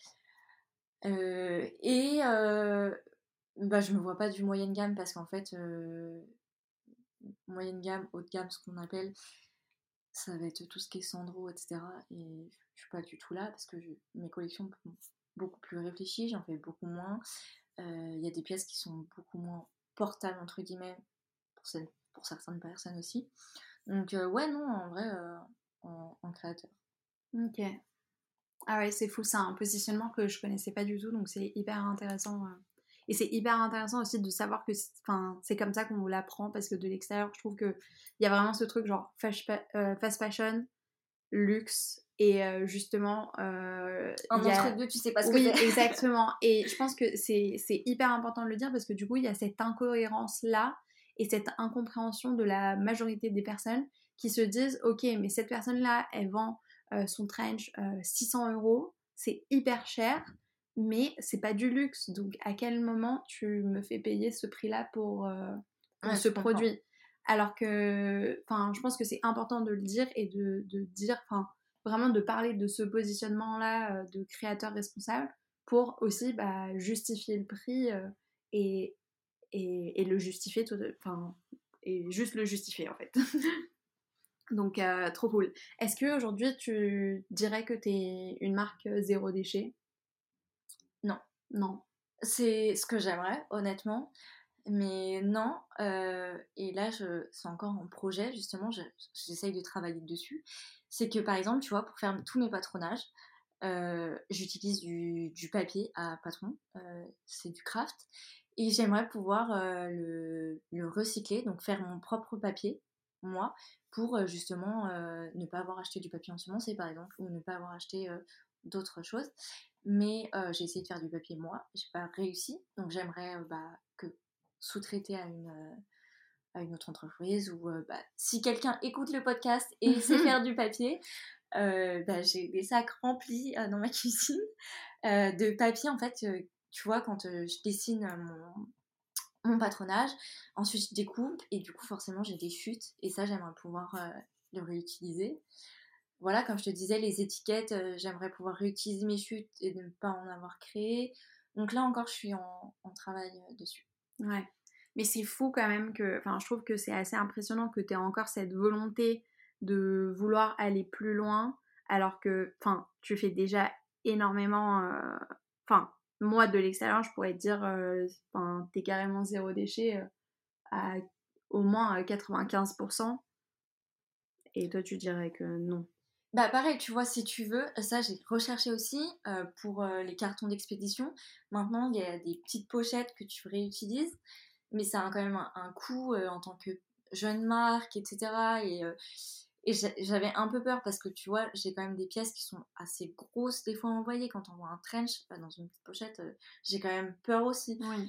Je me vois pas du moyenne gamme parce qu'en fait, moyenne gamme, haut de gamme, ce qu'on appelle, ça va être tout ce qui est Sandro, etc. Et je suis pas du tout là parce que mes collections sont beaucoup plus réfléchies, j'en fais beaucoup moins. Il y a des pièces qui sont beaucoup moins portables, entre guillemets, pour certaines personnes aussi. Donc, ouais, non, en vrai, en créateur. Ok. Ah ouais, c'est fou, c'est un positionnement que je connaissais pas du tout, donc c'est hyper intéressant. Et c'est hyper intéressant aussi de savoir que c'est comme ça qu'on nous l'apprend, parce que de l'extérieur, je trouve qu'il y a vraiment ce truc genre fast fashion, luxe, et justement, il y Entre a... deux, tu sais pas ce que Oui, c'est. exactement. Et je pense que c'est hyper important de le dire, parce que du coup, il y a cette incohérence-là, et cette incompréhension de la majorité des personnes qui se disent, ok, mais cette personne-là, elle vend son trench 600 €, c'est hyper cher, mais c'est pas du luxe. Donc à quel moment tu me fais payer ce prix-là pour Ouais, ce je comprends. produit? Alors que, je pense que c'est important de le dire et de dire, vraiment de parler de ce positionnement-là de créateur responsable pour aussi justifier le prix et, et le justifier, enfin, et juste le justifier en fait. Donc, trop cool. Est-ce qu'aujourd'hui, tu dirais que t'es une marque zéro déchet? Non. Non. C'est ce que j'aimerais, honnêtement. Mais non, et là, c'est encore en projet, justement, j'essaye de travailler dessus. C'est que, par exemple, tu vois, pour faire tous mes patronages, j'utilise du papier à patron, c'est du craft, et j'aimerais pouvoir le recycler, donc faire mon propre papier, moi, pour justement ne pas avoir acheté du papier ensemencé, par exemple, ou ne pas avoir acheté d'autres choses. Mais j'ai essayé de faire du papier moi, j'ai pas réussi, donc j'aimerais que sous-traiter à une autre entreprise ou si quelqu'un écoute le podcast et sait faire du papier, j'ai des sacs remplis dans ma cuisine de papier en fait. Tu vois, quand je dessine mon patronage, ensuite je découpe et du coup forcément j'ai des chutes et ça j'aimerais pouvoir le réutiliser. Voilà, comme je te disais, les étiquettes, j'aimerais pouvoir réutiliser mes chutes et ne pas en avoir créé. Donc là encore, je suis en travail dessus. Ouais. Mais c'est fou quand même que, enfin, je trouve que c'est assez impressionnant que tu aies encore cette volonté de vouloir aller plus loin, alors que, enfin, tu fais déjà énormément. Enfin, moi de l'extérieur, je pourrais te dire, enfin, t'es carrément zéro déchet à au moins 95%, et toi tu dirais que non. Bah pareil, tu vois, si tu veux, ça j'ai recherché aussi pour les cartons d'expédition. Maintenant, il y a des petites pochettes que tu réutilises, mais ça a quand même un coût en tant que jeune marque, etc. Et j'avais un peu peur parce que tu vois, j'ai quand même des pièces qui sont assez grosses des fois envoyées. Quand on voit un trench dans une petite pochette, j'ai quand même peur aussi. Oui.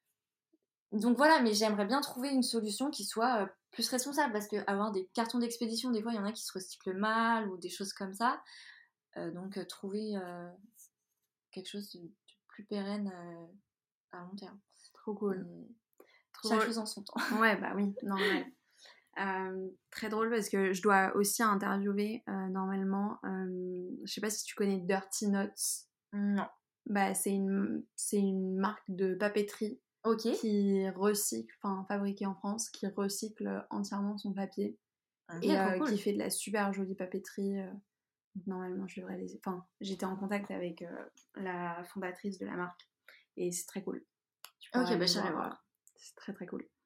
Donc voilà, mais j'aimerais bien trouver une solution qui soit plus responsable parce que avoir des cartons d'expédition, des fois il y en a qui se recyclent mal ou des choses comme ça. Donc trouver quelque chose de plus pérenne à long terme. Trop cool. Mais Trop chaque drôle. chose en son temps. Ouais, bah oui, normal. Très drôle parce que je dois aussi interviewer normalement. Je sais pas si tu connais Dirty Notes. Non. Bah, c'est une marque de papeterie Ok. qui recycle, enfin fabriquée en France, qui recycle entièrement son papier Ok, et trop qui cool. fait de la super jolie papeterie. Donc normalement, je devrais les. Enfin, j'étais en contact avec la fondatrice de la marque et c'est très cool. Tu pourras Ok, bah aller j'irai voir. voir. C'est très très cool.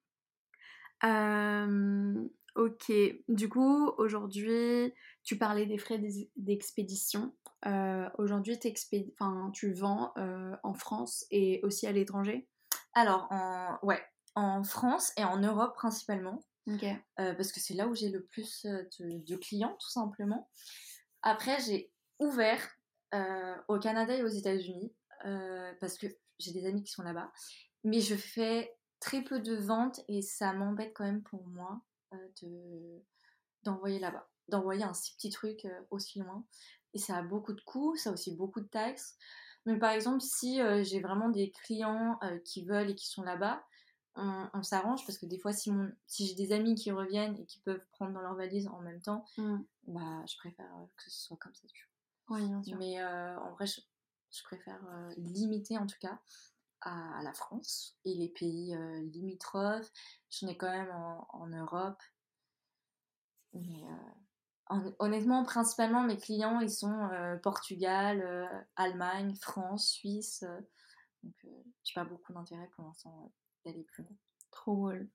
Ok, du coup, aujourd'hui, tu parlais des frais d'expédition. Aujourd'hui, tu vends en France et aussi à l'étranger. Alors, ouais, en France et en Europe principalement, Ok. parce que c'est là où j'ai le plus de clients, tout simplement. Après, j'ai ouvert au Canada et aux États-Unis, parce que j'ai des amis qui sont là-bas. Mais je fais très peu de ventes et ça m'embête quand même pour moi d'envoyer là-bas. D'envoyer un si petit truc aussi loin. Et ça a beaucoup de coûts, ça a aussi beaucoup de taxes. Donc par exemple, si j'ai vraiment des clients qui veulent et qui sont là-bas, on s'arrange parce que des fois, si j'ai des amis qui reviennent et qui peuvent prendre dans leur valise en même temps, Mm. bah je préfère que ce soit comme ça. Oui, bien sûr. Mais en vrai, je préfère limiter en tout cas à la France et les pays limitrophes. J'en ai quand même en Europe. Mais honnêtement, principalement, mes clients, ils sont Portugal, Allemagne, France, Suisse. Donc, j'ai pas beaucoup d'intérêt pour l'instant d'aller plus loin. Trop cool.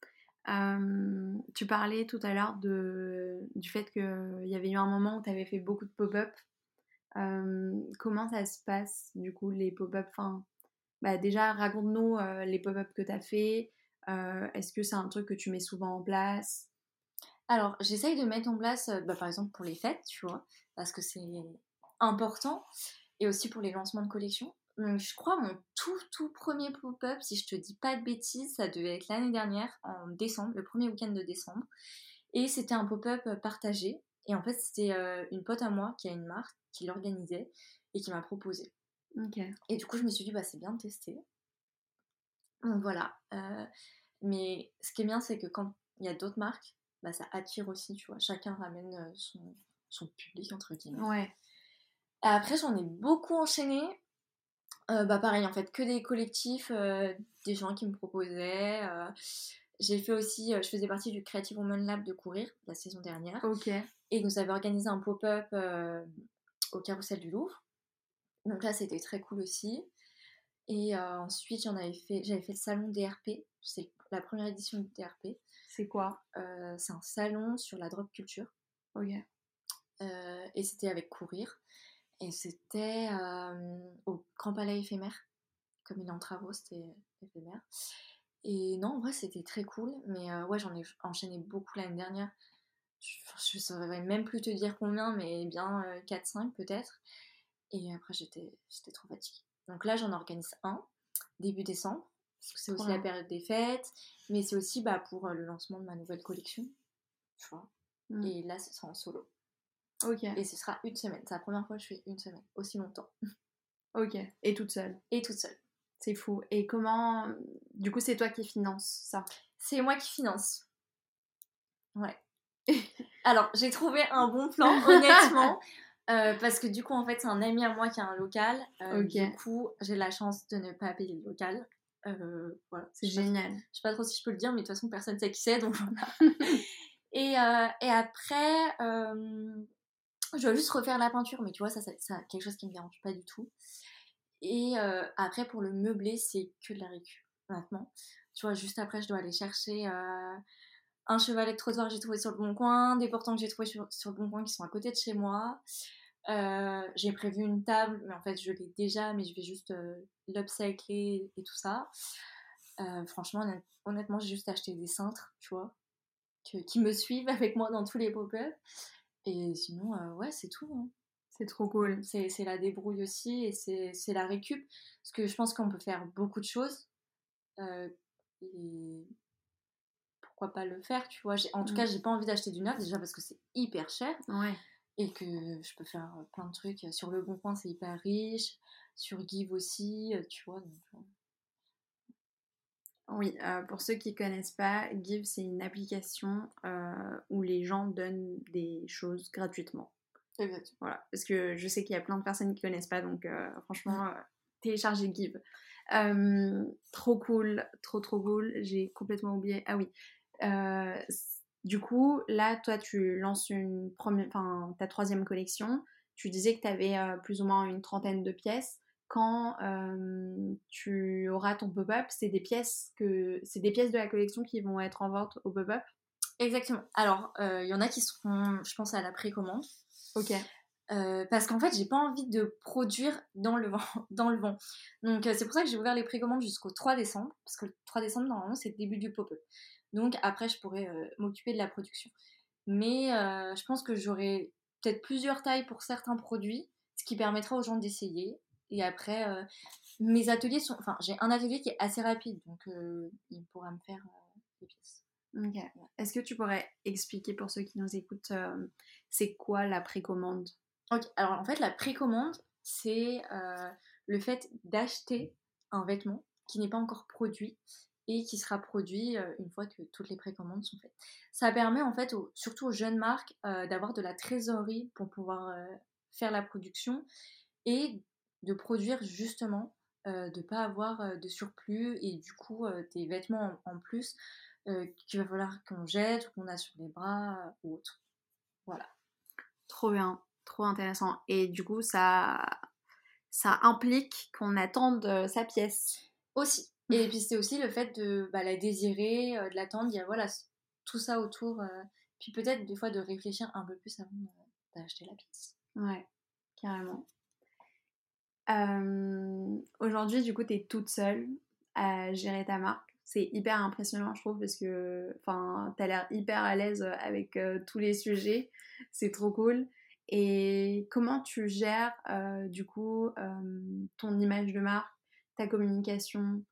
Tu parlais tout à l'heure du fait qu'il y avait eu un moment où tu avais fait beaucoup de pop-up. Comment ça se passe, du coup, les pop-up? Enfin, bah déjà, raconte-nous les pop-up que tu as fait. Est-ce que c'est un truc que tu mets souvent en place? Alors, j'essaye de mettre en place, par exemple, pour les fêtes, tu vois, parce que c'est important, et aussi pour les lancements de collection. Donc, je crois mon tout premier pop-up, si je te dis pas de bêtises, ça devait être l'année dernière, en décembre, le premier week-end de décembre. Et c'était un pop-up partagé. Et en fait, c'était une pote à moi qui a une marque, qui l'organisait et qui m'a proposé. Ok. Et du coup, je me suis dit, bah, c'est bien de tester. Donc voilà. Mais ce qui est bien, c'est que quand il y a d'autres marques, bah, ça attire aussi, tu vois. Chacun ramène son public, entre guillemets. Ouais. Après, j'en ai beaucoup enchaîné. Bah pareil, en fait, que des collectifs, des gens qui me proposaient. J'ai fait aussi, je faisais partie du Creative Women Lab de Courir la saison dernière. Ok. Et ils nous avaient organisé un pop-up au Carrousel du Louvre. Donc là, c'était très cool aussi. Et ensuite, j'avais fait le salon DRP. C'est la première édition du DRP. C'est quoi? C'est un salon sur la drop culture. Ok. Et c'était avec Courir. Et c'était au Grand Palais éphémère. Comme il est en travaux, c'était éphémère. Et non, en vrai, c'était très cool. Mais ouais, j'en ai enchaîné beaucoup l'année dernière. Je saurais même plus te dire combien, mais bien 4-5 peut-être. Et après, j'étais trop fatiguée. Donc là, j'en organise un, début décembre, parce que c'est aussi la période des fêtes, mais c'est aussi bah, pour le lancement de ma nouvelle collection, tu vois. Et là, ce sera en solo. Ok. Et ce sera une semaine. C'est la première fois que je fais une semaine, aussi longtemps. Ok. Et toute seule? Et toute seule. C'est fou. Et comment... Du coup, c'est toi qui finances ça? C'est moi qui finance. Ouais. Alors, j'ai trouvé un bon plan, honnêtement. Parce que du coup, en fait, c'est un ami à moi qui a un local. Ok. Du coup, j'ai la chance de ne pas payer le local. Voilà. C'est génial. Je sais pas trop si je peux le dire, mais de toute façon, personne sait qui c'est, donc voilà. Et après, je dois juste refaire la peinture, mais tu vois, ça quelque chose qui me dérange pas du tout. Et après, pour le meubler, c'est que de la récup, maintenant. Tu vois, juste après, je dois aller chercher un chevalet de trottoir que j'ai trouvé sur le Bon Coin, des portants que j'ai trouvé sur le Bon Coin qui sont à côté de chez moi. J'ai prévu une table, mais en fait, je l'ai déjà, mais je vais juste l'upcycler et tout ça. Franchement, honnêtement, j'ai juste acheté des cintres, tu vois, qui me suivent avec moi dans tous les pop-up. Et sinon, ouais, c'est tout. Hein. C'est trop cool. C'est la débrouille aussi et c'est la récup. Parce que je pense qu'on peut faire beaucoup de choses. Et pourquoi pas le faire, tu vois. En tout cas, j'ai pas envie d'acheter du neuf, déjà parce que c'est hyper cher. Ouais. Et que je peux faire plein de trucs. Sur Le Bon Coin, c'est hyper riche. Sur Give aussi, tu vois. Donc, Oui, pour ceux qui connaissent pas, Give, c'est une application où les gens donnent des choses gratuitement. Exactement. Voilà, parce que je sais qu'il y a plein de personnes qui connaissent pas, donc franchement, téléchargez Give. Trop cool, trop cool. J'ai complètement oublié. Ah oui. Du coup, là, toi, tu lances ta troisième collection. Tu disais que tu avais plus ou moins une trentaine de pièces. Quand tu auras ton pop-up, c'est des pièces de la collection qui vont être en vente au pop-up. Exactement. Alors, il y en a qui seront, je pense, à la précommande. Ok. Parce qu'en fait, j'ai pas envie de produire dans le vent. Dans le vent. Donc, c'est pour ça que j'ai ouvert les précommandes jusqu'au 3 décembre. Parce que le 3 décembre, normalement, c'est le début du pop-up. Donc, après, je pourrais m'occuper de la production. Mais je pense que j'aurai peut-être plusieurs tailles pour certains produits, ce qui permettra aux gens d'essayer. Et après, mes ateliers sont... Enfin, j'ai un atelier qui est assez rapide, donc il pourra me faire des pièces. Ok. Est-ce que tu pourrais expliquer pour ceux qui nous écoutent, c'est quoi la précommande? Ok, alors en fait, la précommande, c'est le fait d'acheter un vêtement qui n'est pas encore produit et qui sera produit une fois que toutes les précommandes sont faites. Ça permet en fait, surtout aux jeunes marques, d'avoir de la trésorerie pour pouvoir faire la production et de produire justement, de ne pas avoir de surplus et du coup des vêtements en plus qu'il va falloir qu'on jette ou qu'on a sur les bras ou autre. Voilà. Trop bien, trop intéressant. Et du coup, ça implique qu'on attende sa pièce. Aussi. Et puis c'est aussi le fait de la désirer, de l'attendre, il y a voilà, tout ça autour. Puis peut-être des fois de réfléchir un peu plus avant d'acheter la pièce. Ouais, carrément. Aujourd'hui, du coup, t'es toute seule à gérer ta marque. C'est hyper impressionnant, je trouve, parce que t'as l'air hyper à l'aise avec tous les sujets. C'est trop cool. Et comment tu gères, du coup, ton image de marque, ta communication,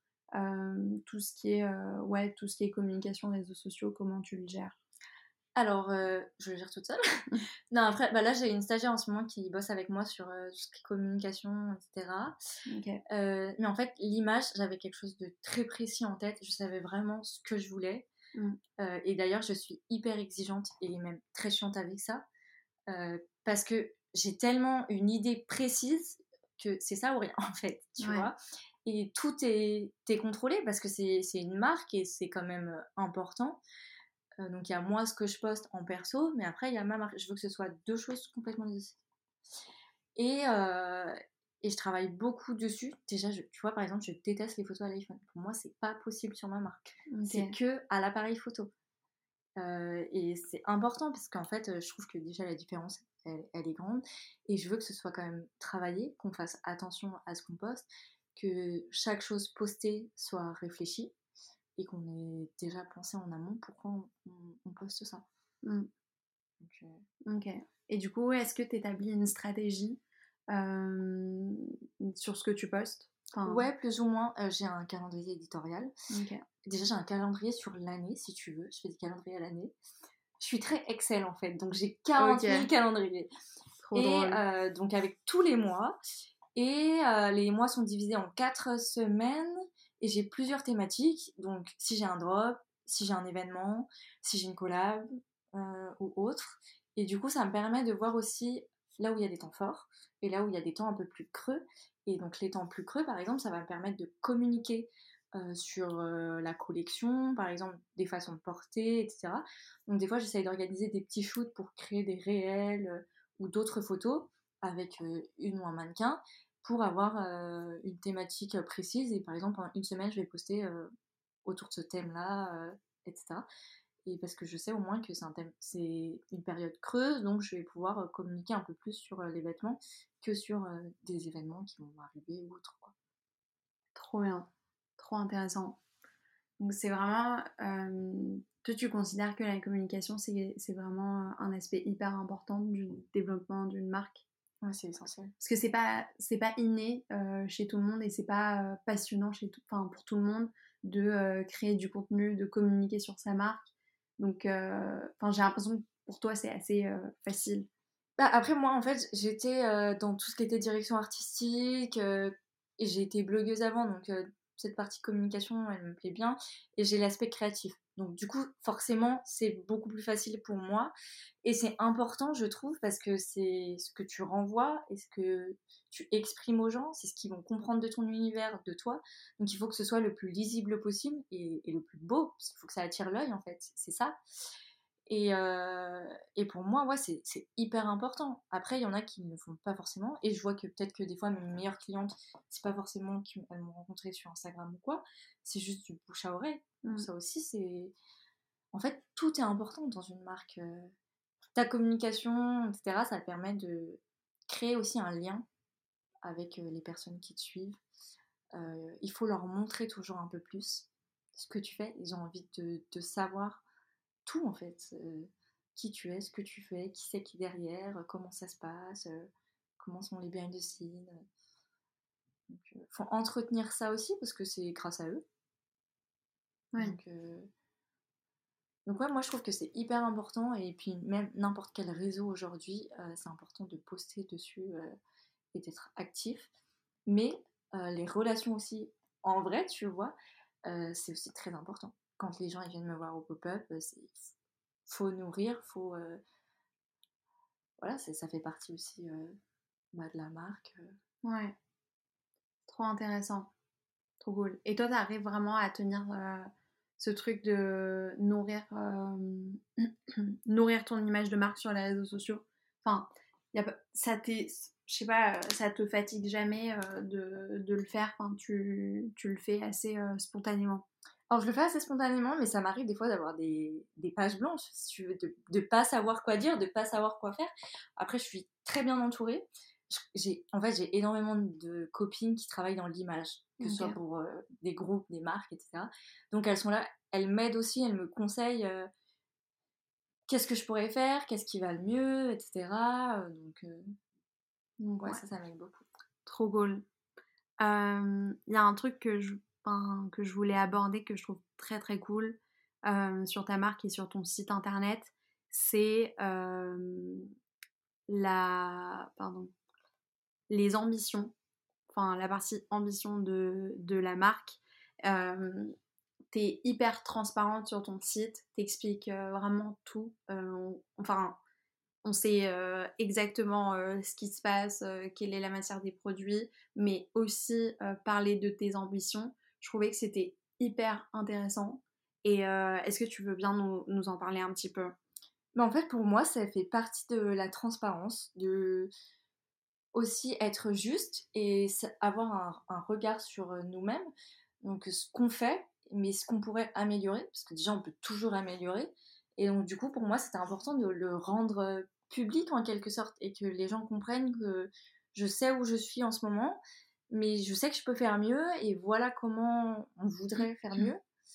tout ce qui est communication, réseaux sociaux, comment tu le gères? Alors, je le gère toute seule. Non, après, là, j'ai une stagiaire en ce moment qui bosse avec moi sur tout ce qui est communication, etc. Ok. Mais en fait, l'image, j'avais quelque chose de très précis en tête. Je savais vraiment ce que je voulais. Et d'ailleurs, je suis hyper exigeante et même très chiante avec ça. Parce que j'ai tellement une idée précise que c'est ça ou rien, en fait, tu Ouais. vois. Et tout est contrôlé parce que c'est une marque et c'est quand même important. Donc il y a moi ce que je poste en perso, mais après il y a ma marque. Je veux que ce soit deux choses complètement distinctes. Et, euh, et je travaille beaucoup dessus. Déjà, tu vois, par exemple, je déteste les photos à l'iPhone. Pour moi, c'est pas possible sur ma marque. C'est Ok. que à l'appareil photo. Et c'est important parce qu'en fait, je trouve que déjà la différence, elle est grande. Et je veux que ce soit quand même travaillé, qu'on fasse attention à ce qu'on poste, que chaque chose postée soit réfléchie et qu'on ait déjà pensé en amont pourquoi on poste ça. Mm. Donc, Ok. Et du coup, est-ce que tu établis une stratégie euh, sur ce que tu postes? Enfin, ouais, plus ou moins, j'ai un calendrier éditorial. ok. Déjà, j'ai un calendrier sur l'année, si tu veux. Je fais des calendriers à l'année. Je suis très Excel, en fait, donc j'ai 40 000 Ok. calendriers. Trop Et drôle. donc, avec tous les mois. Et les mois sont divisés en 4 semaines. Et j'ai plusieurs thématiques. Donc, si j'ai un drop, si j'ai un événement, si j'ai une collab ou autre. Et du coup, ça me permet de voir aussi là où il y a des temps forts et là où il y a des temps un peu plus creux. Et donc, les temps plus creux, par exemple, ça va me permettre de communiquer sur la collection, par exemple, des façons de porter, etc. Donc, des fois, j'essaye d'organiser des petits shoots pour créer des réels ou d'autres photos avec une ou un mannequin pour avoir une thématique précise. Et par exemple, en une semaine, je vais poster autour de ce thème-là, etc. Et parce que je sais au moins que c'est une période creuse, donc je vais pouvoir communiquer un peu plus sur les vêtements que sur des événements qui vont arriver ou autre, quoi. Trop bien. Trop intéressant. Donc c'est vraiment... toi, tu considères que la communication, c'est vraiment un aspect hyper important du développement d'une marque? Ouais, c'est essentiel. Parce que c'est pas inné chez tout le monde et c'est pas passionnant enfin, pour tout le monde de créer du contenu, de communiquer sur sa marque. Donc, enfin, j'ai l'impression que pour toi, c'est assez facile. Bah, après, moi, en fait, j'étais dans tout ce qui était direction artistique et j'ai été blogueuse avant, donc cette partie communication, elle me plaît bien. Et j'ai l'aspect créatif. Donc, du coup, forcément, c'est beaucoup plus facile pour moi. Et c'est important, je trouve, parce que c'est ce que tu renvoies et ce que tu exprimes aux gens, c'est ce qu'ils vont comprendre de ton univers, de toi. Donc, il faut que ce soit le plus lisible possible et le plus beau, parce qu'il faut que ça attire l'œil, en fait. C'est ça. Et pour moi, ouais, c'est hyper important. Après, il y en a qui ne le font pas forcément. Et je vois que peut-être que des fois, mes meilleures clientes, c'est pas forcément qu'elles m'ont rencontré sur Instagram ou quoi. C'est juste du bouche à oreille. Donc Mm. ça aussi, c'est... En fait, tout est important dans une marque. Ta communication, etc., ça permet de créer aussi un lien avec les personnes qui te suivent. Il faut leur montrer toujours un peu plus ce que tu fais. Ils ont envie de savoir tout en fait. Qui tu es, ce que tu fais, qui c'est qui est derrière, comment ça se passe, comment sont les behind the scenes. Donc, faut entretenir ça aussi parce que c'est grâce à eux. Ouais. Donc, ouais, moi je trouve que c'est hyper important et puis même n'importe quel réseau aujourd'hui, c'est important de poster dessus et d'être actif. Mais les relations aussi en vrai, tu vois, c'est aussi très important. Quand les gens ils viennent me voir au pop-up, faut nourrir, faut voilà, ça fait partie aussi de la marque. Ouais. Trop intéressant. Trop cool. Et toi, t'arrives vraiment à tenir ce truc de nourrir ton image de marque sur les réseaux sociaux. Enfin, je sais pas, ça te fatigue jamais de le faire. Enfin, tu le fais assez spontanément. Alors je le fais assez spontanément, mais ça m'arrive des fois d'avoir des pages blanches, si tu veux, de pas savoir quoi dire, de pas savoir quoi faire. Après, je suis très bien entourée. En fait, j'ai énormément de copines qui travaillent dans l'image, que ce soit Ok. pour des groupes, des marques, etc. Donc elles sont là, elles m'aident aussi, elles me conseillent qu'est-ce que je pourrais faire, qu'est-ce qui va le mieux, etc. Donc, ouais, ouais, ça m'aide beaucoup. trop cool. Il y a un truc enfin, que je voulais aborder que je trouve très très cool sur ta marque et sur ton site internet, c'est pardon, les ambitions, enfin la partie ambition de la marque. Euh, T'es hyper transparente sur ton site, t'expliques vraiment tout. Enfin, on sait exactement ce qui se passe, quelle est la matière des produits, mais aussi parler de tes ambitions. Je trouvais que c'était hyper intéressant. Et est-ce que tu veux bien nous en parler un petit peu? Mais en fait, pour moi, ça fait partie de la transparence, de aussi être juste et avoir un regard sur nous-mêmes. Donc, ce qu'on fait, mais ce qu'on pourrait améliorer, parce que déjà, on peut toujours améliorer. Et donc, du coup, pour moi, c'était important de le rendre public en quelque sorte et que les gens comprennent que je sais où je suis en ce moment, mais je sais que je peux faire mieux et voilà comment on voudrait faire mieux.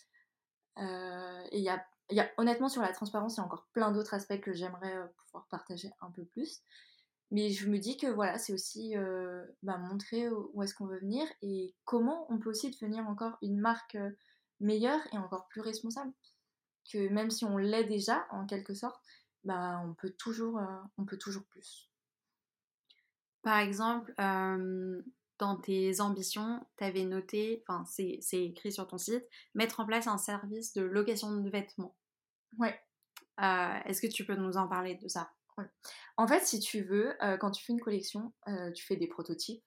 Et honnêtement, sur la transparence, il y a encore plein d'autres aspects que j'aimerais pouvoir partager un peu plus. Mais je me dis que voilà, c'est aussi montrer où est-ce qu'on veut venir et comment on peut aussi devenir encore une marque meilleure et encore plus responsable. Que même si on l'est déjà, en quelque sorte, on peut toujours plus. Par exemple, dans tes ambitions, tu avais noté, enfin c'est écrit sur ton site, mettre en place un service de location de vêtements. Ouais. Est-ce que tu peux nous en parler de ça? Ouais. En fait, si tu veux, quand tu fais une collection, tu fais des prototypes.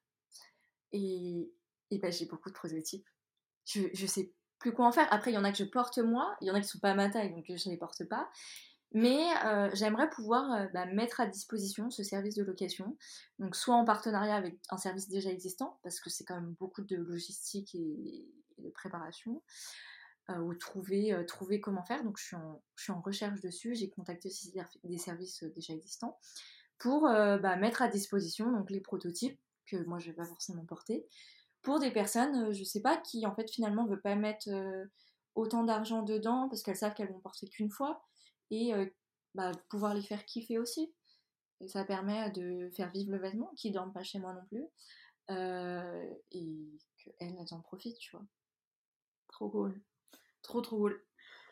Et j'ai beaucoup de prototypes. Je sais plus quoi en faire. Après, il y en a que je porte moi, il y en a qui sont pas à ma taille, donc je les porte pas. Mais j'aimerais pouvoir mettre à disposition ce service de location, donc soit en partenariat avec un service déjà existant, parce que c'est quand même beaucoup de logistique et de préparation, ou trouver comment faire. Donc je suis en recherche dessus, j'ai contacté aussi des services déjà existants pour mettre à disposition donc, les prototypes que moi je vais pas forcément porter, pour des personnes, je sais pas, qui en fait finalement ne veulent pas mettre autant d'argent dedans parce qu'elles savent qu'elles vont porter qu'une fois et pouvoir les faire kiffer aussi. Et ça permet de faire vivre le vêtement, qui ne dorment pas chez moi non plus, et qu'elles en profitent, tu vois. Trop cool. Trop trop cool.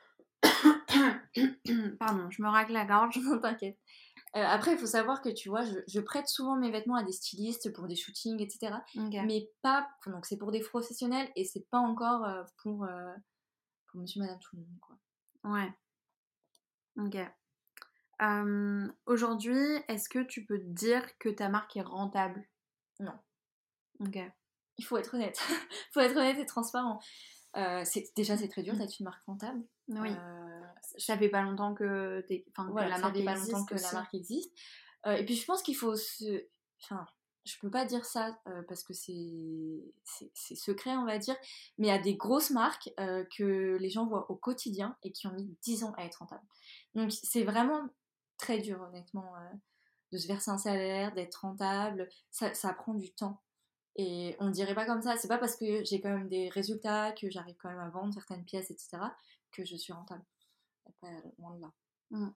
Pardon, je me racle la gorge. Non, t'inquiète. Après, il faut savoir que tu vois, je prête souvent mes vêtements à des stylistes pour des shootings, etc. Okay. Mais pas. Donc, c'est pour des professionnels et c'est pas encore pour monsieur, madame, tout le monde, quoi. Ouais. Ok. Aujourd'hui, est-ce que tu peux te dire que ta marque est rentable? Non. Ok. Il faut être honnête. Il faut être honnête et transparent. C'est très dur d'être une marque rentable. Oui. Ça fait pas longtemps que, Voilà, la ça marque fait pas existe longtemps que aussi. la marque existe. Et puis je pense qu'il faut Enfin, je peux pas dire ça parce que c'est secret, on va dire, mais il y a des grosses marques que les gens voient au quotidien et qui ont mis 10 ans à être rentables. Donc c'est vraiment très dur, honnêtement, de se verser un salaire, d'être rentable. Ça prend du temps. Et on ne dirait pas comme ça. C'est pas parce que j'ai quand même des résultats, que j'arrive quand même à vendre certaines pièces, etc., que je suis rentable. Pas loin de là. Mm.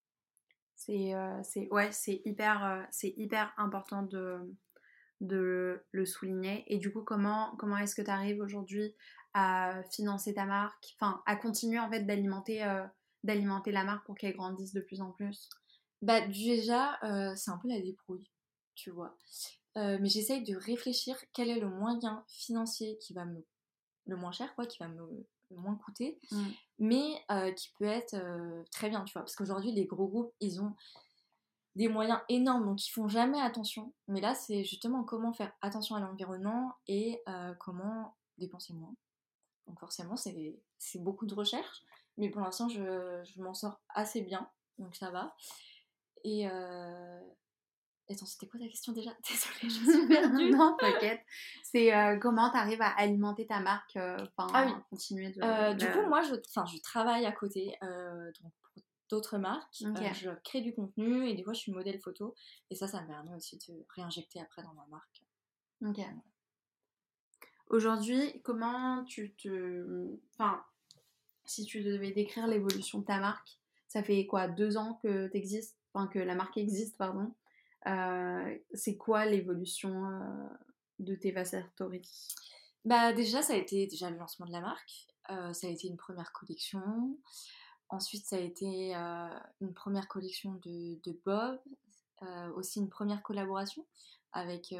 C'est hyper important de le souligner. Et du coup, comment est-ce que tu arrives aujourd'hui à financer ta marque, enfin à continuer en fait d'alimenter la marque pour qu'elle grandisse de plus en plus? Bah déjà, c'est un peu la débrouille, tu vois. Mais j'essaye de réfléchir quel est le moyen financier qui va le moins cher, quoi, qui va me le moins coûter, Mm. mais qui peut être très bien, tu vois. Parce qu'aujourd'hui, les gros groupes, ils ont des moyens énormes, donc ils font jamais attention. Mais là, c'est justement comment faire attention à l'environnement et comment dépenser moins. Donc forcément, c'est beaucoup de recherche, mais pour l'instant, je m'en sors assez bien, donc ça va. Et attends, c'était quoi ta question déjà? Désolée, je me suis perdue. Non, t'inquiète. C'est comment tu arrives à alimenter ta marque, Ah oui. continuer Du coup, moi, je travaille à côté donc pour d'autres marques. Ok. Je crée du contenu et des fois, je suis modèle photo. Et ça me permet aussi de réinjecter après dans ma marque. Ok. Aujourd'hui, comment tu te... Enfin, si tu devais décrire l'évolution de ta marque, ça fait quoi, 2 ans que t'existes, enfin que la marque existe, pardon. C'est quoi l'évolution de Teva Sartori? Bah, déjà, ça a été déjà le lancement de la marque. Ça a été une première collection. Ensuite, ça a été une première collection de Bob. Aussi une première collaboration avec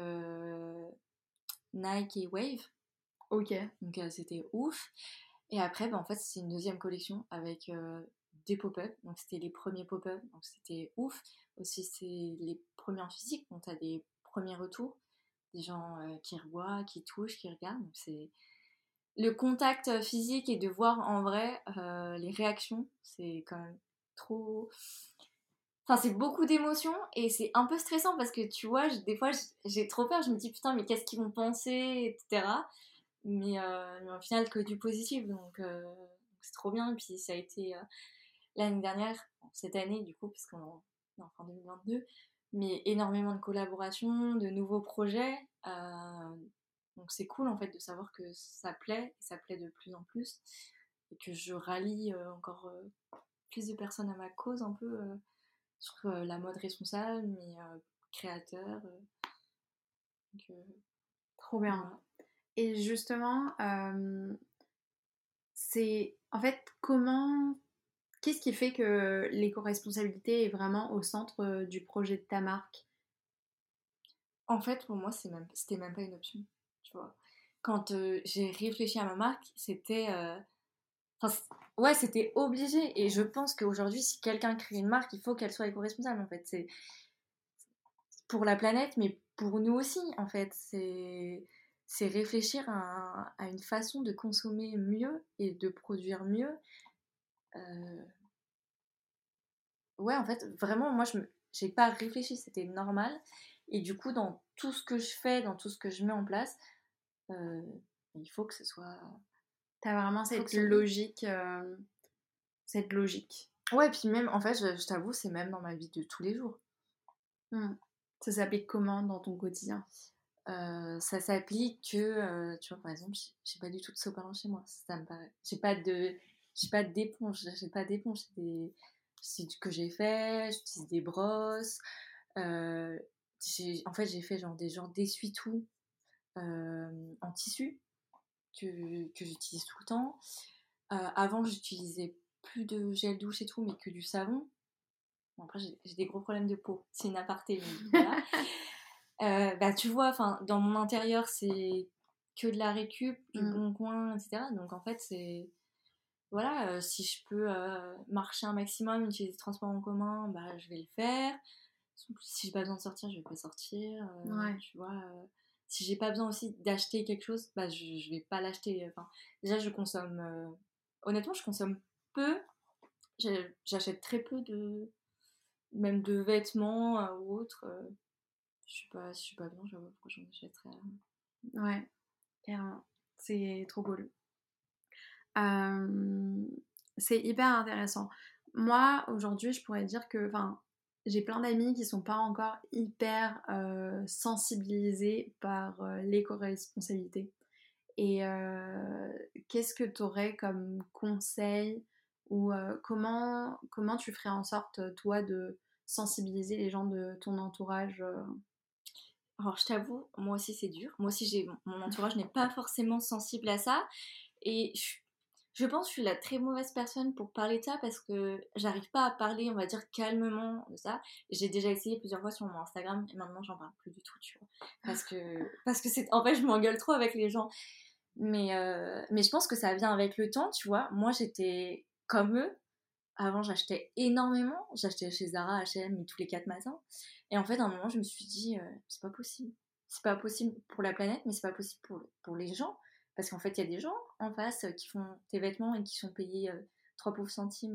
Nike et Wave. Ok. Donc c'était ouf. Et après, en fait, c'est une deuxième collection avec des pop-up. Donc c'était les premiers pop-up. Donc c'était ouf. aussi, c'est les premiers en physique, donc tu as des premiers retours, des gens qui revoient, qui touchent, qui regardent. Donc c'est le contact physique et de voir en vrai les réactions, c'est quand même trop. Enfin, c'est beaucoup d'émotions et c'est un peu stressant parce que tu vois, des fois j'ai trop peur, je me dis putain, mais qu'est-ce qu'ils vont penser, etc. Mais au final, que du positif, donc c'est trop bien. Et puis ça a été l'année dernière, cette année du coup, puisqu'on est en fin 2022, mais énormément de collaborations, de nouveaux projets. Donc c'est cool en fait de savoir que ça plaît, et ça plaît de plus en plus, et que je rallie encore plus de personnes à ma cause un peu sur la mode responsable, mais créateur. Donc, Trop bien. voilà. Et justement, c'est en fait comment qu'est-ce qui fait que l'éco-responsabilité est vraiment au centre du projet de ta marque? En fait, pour moi, c'était même pas une option, tu vois. Quand j'ai réfléchi à ma marque, c'était enfin, ouais, c'était obligé. Et je pense qu'aujourd'hui, si quelqu'un crée une marque, il faut qu'elle soit éco-responsable, en fait. C'est pour la planète, mais pour nous aussi, en fait. C'est réfléchir à une façon de consommer mieux et de produire mieux. Euh, Ouais, en fait, vraiment, j'ai pas réfléchi, c'était normal. Et du coup, dans tout ce que je fais, dans tout ce que je mets en place, euh, il faut que ce soit. T'as vraiment Il faut que cette ce soit bien. logique, cette logique. Ouais, puis même, en fait, je t'avoue, c'est même dans ma vie de tous les jours. Hmm. Ça s'applique comment dans ton quotidien? Ça s'applique que, tu vois, par exemple, j'ai pas du tout de sopalin chez moi. Ça me paraît. J'ai pas d'éponge. J'ai pas d'éponge. C'est ce que j'ai fait. J'utilise des brosses. Euh, en fait, j'ai fait genre des genres d'essuie-tout en tissu que j'utilise tout le temps. Avant, j'utilisais plus de gel douche et tout, mais que du savon. Bon, après, j'ai des gros problèmes de peau. C'est une aparté, mais voilà. Bah, tu vois, dans mon intérieur, c'est que de la récup, du Hmm. bon coin, etc. Donc en fait, c'est. Voilà, si je peux marcher un maximum, utiliser les transports en commun, bah, je vais le faire. Si j'ai pas besoin de sortir, je vais pas sortir. Ouais. Tu vois, si j'ai pas besoin aussi d'acheter quelque chose, bah, je vais pas l'acheter. Enfin, déjà, je consomme. Honnêtement, je consomme peu. J'achète très peu même de vêtements ou autres. Si je suis pas bien, je vois pourquoi j'en achèterais. Ouais, carrément. C'est trop cool. Euh, c'est hyper intéressant. Moi, aujourd'hui, je pourrais dire que, enfin, j'ai plein d'amis qui sont pas encore hyper sensibilisés par l'éco-responsabilité. Et qu'est-ce que tu aurais comme conseil ou comment tu ferais en sorte, toi, de sensibiliser les gens de ton entourage Alors, je t'avoue, moi aussi, c'est dur. Moi aussi, mon entourage n'est pas forcément sensible à ça. Et je pense que je suis la très mauvaise personne pour parler de ça parce que j'arrive pas à parler, on va dire, calmement de ça. J'ai déjà essayé plusieurs fois sur mon Instagram et maintenant, j'en parle plus du tout, tu vois. Parce que en fait, je m'engueule trop avec les gens. Mais je pense que ça vient avec le temps, tu vois. Moi, j'étais comme eux. Avant, j'achetais énormément. J'achetais chez Zara, H&M tous les 4 matins. Et en fait, à un moment, je me suis dit, c'est pas possible. C'est pas possible pour la planète, mais c'est pas possible pour les gens. Parce qu'en fait, il y a des gens en face qui font tes vêtements et qui sont payés 3 pauvres centimes.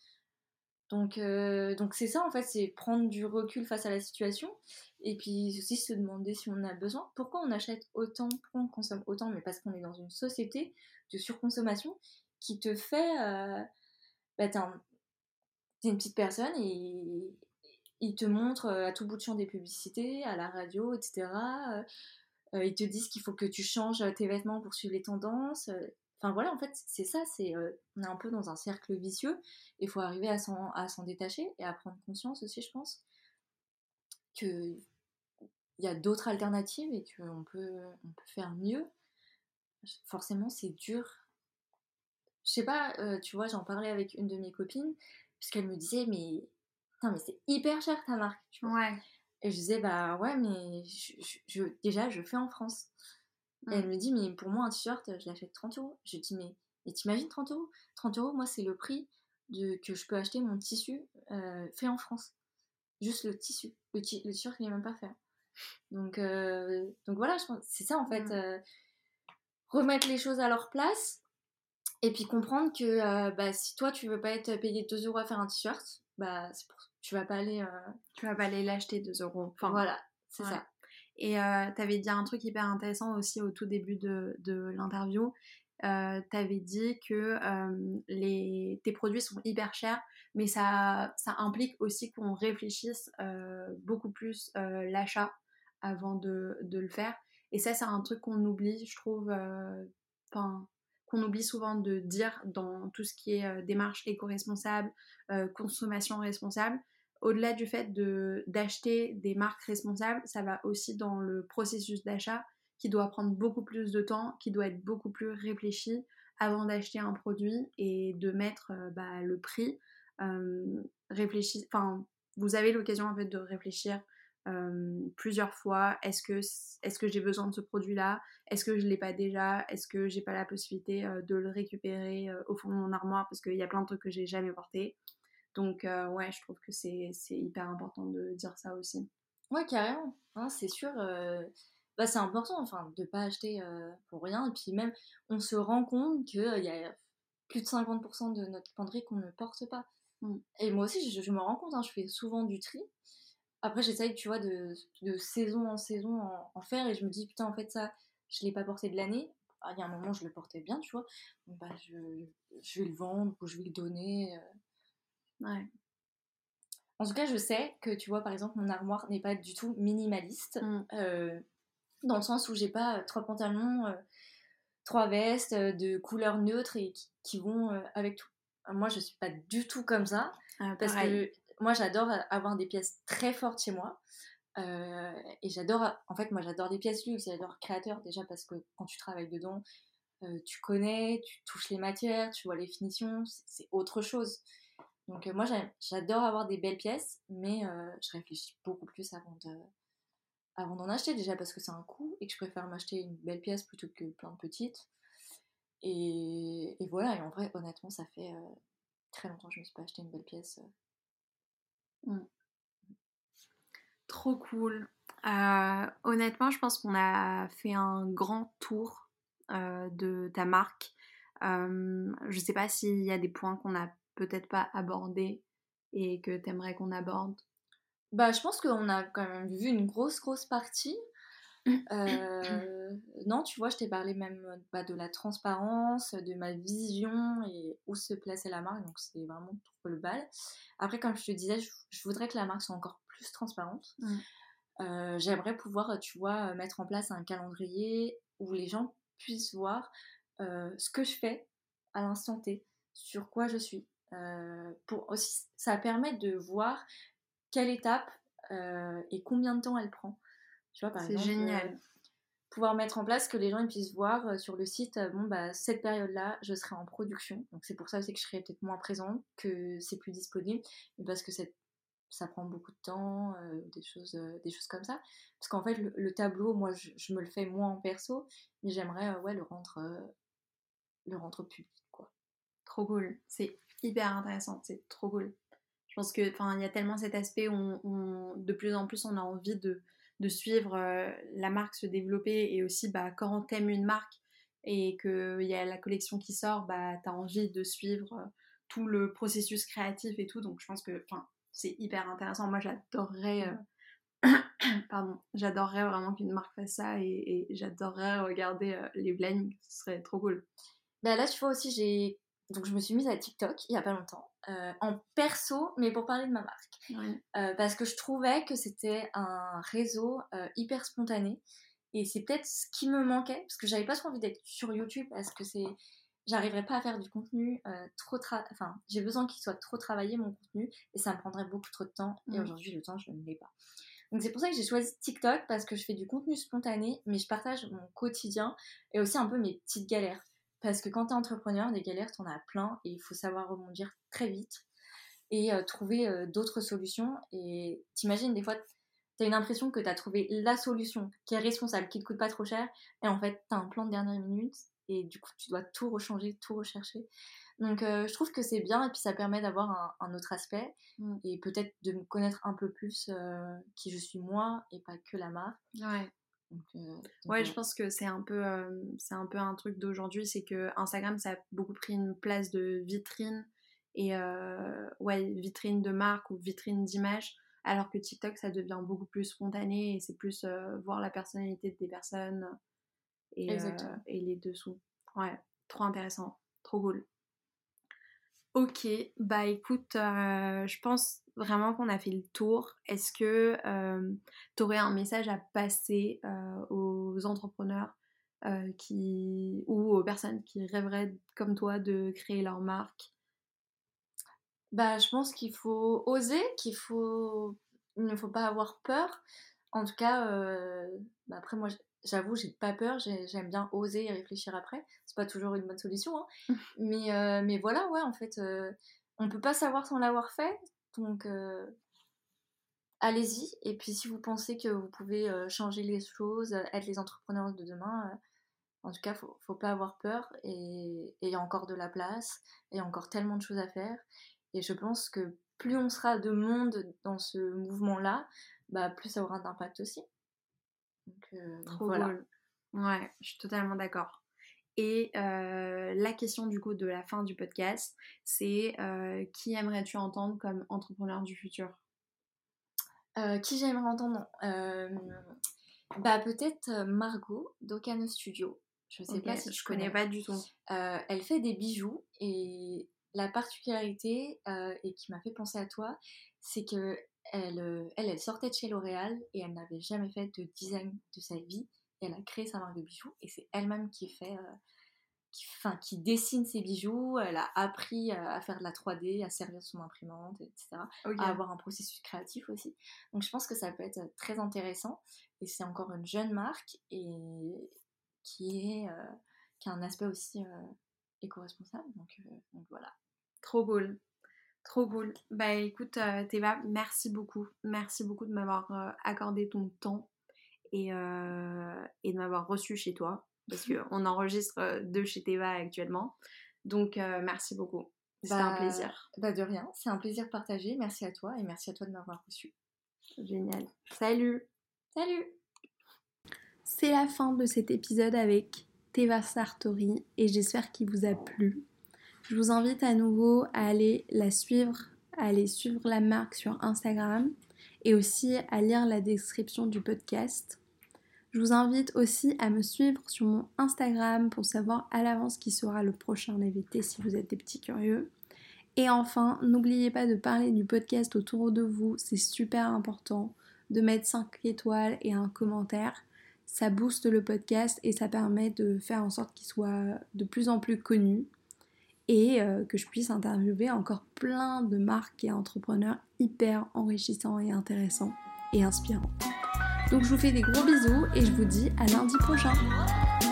Donc c'est ça, en fait, c'est prendre du recul face à la situation. Et puis aussi se demander si on en a besoin. Pourquoi on achète autant, pourquoi on consomme autant? Mais parce qu'on est dans une société de surconsommation qui te fait... bah, t'es une petite personne et ils te montrent à tout bout de champ des publicités, à la radio, etc. Ils te disent qu'il faut que tu changes tes vêtements pour suivre les tendances. Enfin voilà, en fait, c'est ça, on est un peu dans un cercle vicieux. Il faut arriver à s'en détacher et à prendre conscience aussi, je pense, qu'il y a d'autres alternatives et on peut faire mieux. Forcément, c'est dur. Je sais pas, tu vois, j'en parlais avec une de mes copines, puisqu'elle me disait, mais, putain, mais c'est hyper cher ta marque, tu vois. Ouais. Et je disais, bah ouais, mais déjà, je fais en France. Et elle Mm. me dit, mais pour moi, un t-shirt, je l'achète 30 euros. Je dis, mais t'imagines 30 euros? 30 euros, moi, c'est le prix que je peux acheter mon tissu fait en France. juste le tissu. Le t-shirt, il n'est même pas fait. Donc voilà, je pense c'est ça en fait. Remettre les choses à leur place et puis comprendre que bah, si toi tu veux pas être payé 2 euros à faire un t-shirt, bah tu vas pas aller. Tu vas pas aller l'acheter 2 euros. Enfin, voilà, c'est ouais. ça. Et t'avais dit un truc hyper intéressant aussi au tout début de l'interview. T'avais dit que tes produits sont hyper chers, mais ça implique aussi qu'on réfléchisse beaucoup plus l'achat avant de le faire. Et ça, c'est un truc qu'on oublie, je trouve, enfin, qu'on oublie souvent de dire dans tout ce qui est démarche éco-responsable, consommation responsable. Au-delà du fait d'acheter des marques responsables, ça va aussi dans le processus d'achat qui doit prendre beaucoup plus de temps, qui doit être beaucoup plus réfléchi avant d'acheter un produit et de mettre le prix. Vous avez l'occasion en fait de réfléchir plusieurs fois. Est-ce que j'ai besoin de ce produit-là? Est-ce que je l'ai pas déjà? Est-ce que j'ai pas la possibilité de le récupérer au fond de mon armoire parce qu'il y a plein de trucs que j'ai jamais portés. Donc ouais, je trouve que c'est hyper important de dire ça aussi. Ouais, carrément. Hein, c'est sûr. Bah, c'est important enfin, de pas acheter pour rien. Et puis même, on se rend compte qu'il y a plus de 50% de notre penderie qu'on ne porte pas. Et moi aussi, je me rends compte, hein, je fais souvent du tri. Après, j'essaye, tu vois, de saison en saison en faire. Et je me dis, putain, en fait, ça, je l'ai pas porté de l'année. Ah, il y a un moment, je le portais bien, tu vois. Donc, bah, je vais le vendre ou je vais le donner. Ouais. En tout cas, je sais que, tu vois, par exemple, mon armoire n'est pas du tout minimaliste. Dans le sens où j'ai pas 3 pantalons, 3 vestes de couleurs neutres et qui vont avec tout. Moi, je suis pas du tout comme ça. Parce Pareil. que moi, j'adore avoir des pièces très fortes chez moi. Et j'adore, en fait, moi, j'adore les pièces luxe, j'adore créateur déjà parce que quand tu travailles dedans, tu connais, tu touches les matières, tu vois les finitions, c'est autre chose. Donc moi, j'adore avoir des belles pièces, mais je réfléchis beaucoup plus avant d'en acheter déjà parce que c'est un coût et que je préfère m'acheter une belle pièce plutôt que plein de petites. Et voilà, et en vrai, honnêtement, ça fait très longtemps que je me suis pas acheté une belle pièce. Trop cool. Honnêtement, je pense qu'on a fait un grand tour de ta marque. Je sais pas s'il y a des points qu'on n'a peut-être pas abordés et que t'aimerais qu'on aborde. Bah, je pense qu'on a quand même vu une grosse partie. Non, tu vois, je t'ai parlé même bah, de la transparence, de ma vision et où se plaçait la marque, donc c'est vraiment trop le bal. Après, comme je te disais, je voudrais que la marque soit encore plus transparente. J'aimerais pouvoir, tu vois, mettre en place un calendrier où les gens puissent voir ce que je fais à l'instant T, sur quoi je suis. Pour aussi, ça permet de voir quelle étape et combien de temps elle prend. Tu vois, par C'est exemple, génial. pouvoir mettre en place que les gens ils puissent voir sur le site, bon, bah, cette période-là, je serai en production. Donc c'est pour ça aussi que je serai peut-être moins présente, que c'est plus disponible, parce que ça prend beaucoup de temps, des choses comme ça. Parce qu'en fait, le tableau, moi, je me le fais moi en perso, mais j'aimerais ouais, le rendre public, quoi. Trop cool. C'est hyper intéressant. C'est trop cool. Je pense que, enfin, il y a tellement cet aspect où de plus en plus on a envie de suivre la marque se développer et aussi bah, quand t'aimes une marque et qu'il y a la collection qui sort, bah, t'as envie de suivre tout le processus créatif et tout. Donc je pense que c'est hyper intéressant. Moi j'adorerais, pardon, j'adorerais vraiment qu'une marque fasse ça et j'adorerais regarder les plannings. Ce serait trop cool. Bah là, tu vois aussi, donc je me suis mise à TikTok il y a pas longtemps, en perso, mais pour parler de ma marque. Ouais. Parce que je trouvais que c'était un réseau hyper spontané. Et c'est peut-être ce qui me manquait, parce que j'avais pas trop envie d'être sur YouTube, parce que j'arriverais pas à faire du contenu enfin, j'ai besoin qu'il soit trop travaillé, mon contenu, et ça me prendrait beaucoup trop de temps. Et aujourd'hui, le temps, je ne l'ai pas. Donc c'est pour ça que j'ai choisi TikTok, parce que je fais du contenu spontané, mais je partage mon quotidien, et aussi un peu mes petites galères. Parce que quand t'es entrepreneur, des galères, t'en as plein, et il faut savoir rebondir très vite et trouver d'autres solutions. Et t'imagines, des fois, t'as une impression que t'as trouvé la solution qui est responsable, qui te coûte pas trop cher, et en fait, t'as un plan de dernière minute, et du coup, tu dois tout rechanger, tout rechercher. Donc je trouve que c'est bien et puis ça permet d'avoir un autre aspect et peut-être de me connaître un peu plus qui je suis moi et pas que la marque. Ouais. Ouais, je pense que c'est un peu un truc d'aujourd'hui, c'est que Instagram, ça a beaucoup pris une place de vitrine et vitrine de marque ou vitrine d'image, alors que TikTok, ça devient beaucoup plus spontané et c'est plus voir la personnalité des personnes et les dessous. Ouais, trop intéressant, trop cool. Ok, bah écoute, je pense vraiment qu'on a fait le tour. Est-ce que tu aurais un message à passer aux entrepreneurs ou aux personnes qui rêveraient comme toi de créer leur marque? Bah, je pense qu'il faut oser, il ne faut pas avoir peur. En tout cas, après moi, j'avoue, j'ai pas peur, j'aime bien oser et réfléchir après. C'est pas toujours une bonne solution, hein. Mais voilà, ouais, en fait, on peut pas savoir sans l'avoir fait. Donc, allez-y. Et puis, si vous pensez que vous pouvez changer les choses, être les entrepreneurs de demain, en tout cas, faut pas avoir peur. Et il y a encore de la place, et il y a encore tellement de choses à faire. Et je pense que plus on sera de monde dans ce mouvement-là, bah, plus ça aura d'impact aussi. Donc voilà. Cool. Ouais, je suis totalement d'accord. Et la question du coup de la fin du podcast, c'est qui aimerais-tu entendre comme entrepreneur du futur? Qui j'aimerais entendre bah, peut-être Margot d'Okano Studio. Je sais pas si je tu connais pas du tout. Elle fait des bijoux et la particularité et qui m'a fait penser à toi, c'est que elle sortait de chez L'Oréal et elle n'avait jamais fait de design de sa vie. Et elle a créé sa marque de bijoux et c'est elle-même qui fait qui dessine ses bijoux, elle a appris à faire de la 3D, à servir son imprimante, etc. Okay. À avoir un processus créatif aussi. Donc je pense que ça peut être très intéressant. Et c'est encore une jeune marque et qui a un aspect aussi éco-responsable. Donc voilà. Trop cool. Trop cool. Bah écoute, Théva, merci beaucoup. Merci beaucoup de m'avoir accordé ton temps et de m'avoir reçu chez toi. Parce qu'on enregistre de chez Théva actuellement. Donc merci beaucoup. C'était un plaisir. Bah de rien, c'est un plaisir partagé. Merci à toi et merci à toi de m'avoir reçu. Génial. Salut. Salut. C'est la fin de cet épisode avec Théva Sartori et j'espère qu'il vous a plu. Je vous invite à nouveau à aller la suivre, à aller suivre la marque sur Instagram et aussi à lire la description du podcast. Je vous invite aussi à me suivre sur mon Instagram pour savoir à l'avance qui sera le prochain invité si vous êtes des petits curieux. Et enfin, n'oubliez pas de parler du podcast autour de vous, c'est super important, de mettre 5 étoiles et un commentaire. Ça booste le podcast et ça permet de faire en sorte qu'il soit de plus en plus connu et que je puisse interviewer encore plein de marques et entrepreneurs hyper enrichissants et intéressants et inspirants. Donc je vous fais des gros bisous et je vous dis à lundi prochain.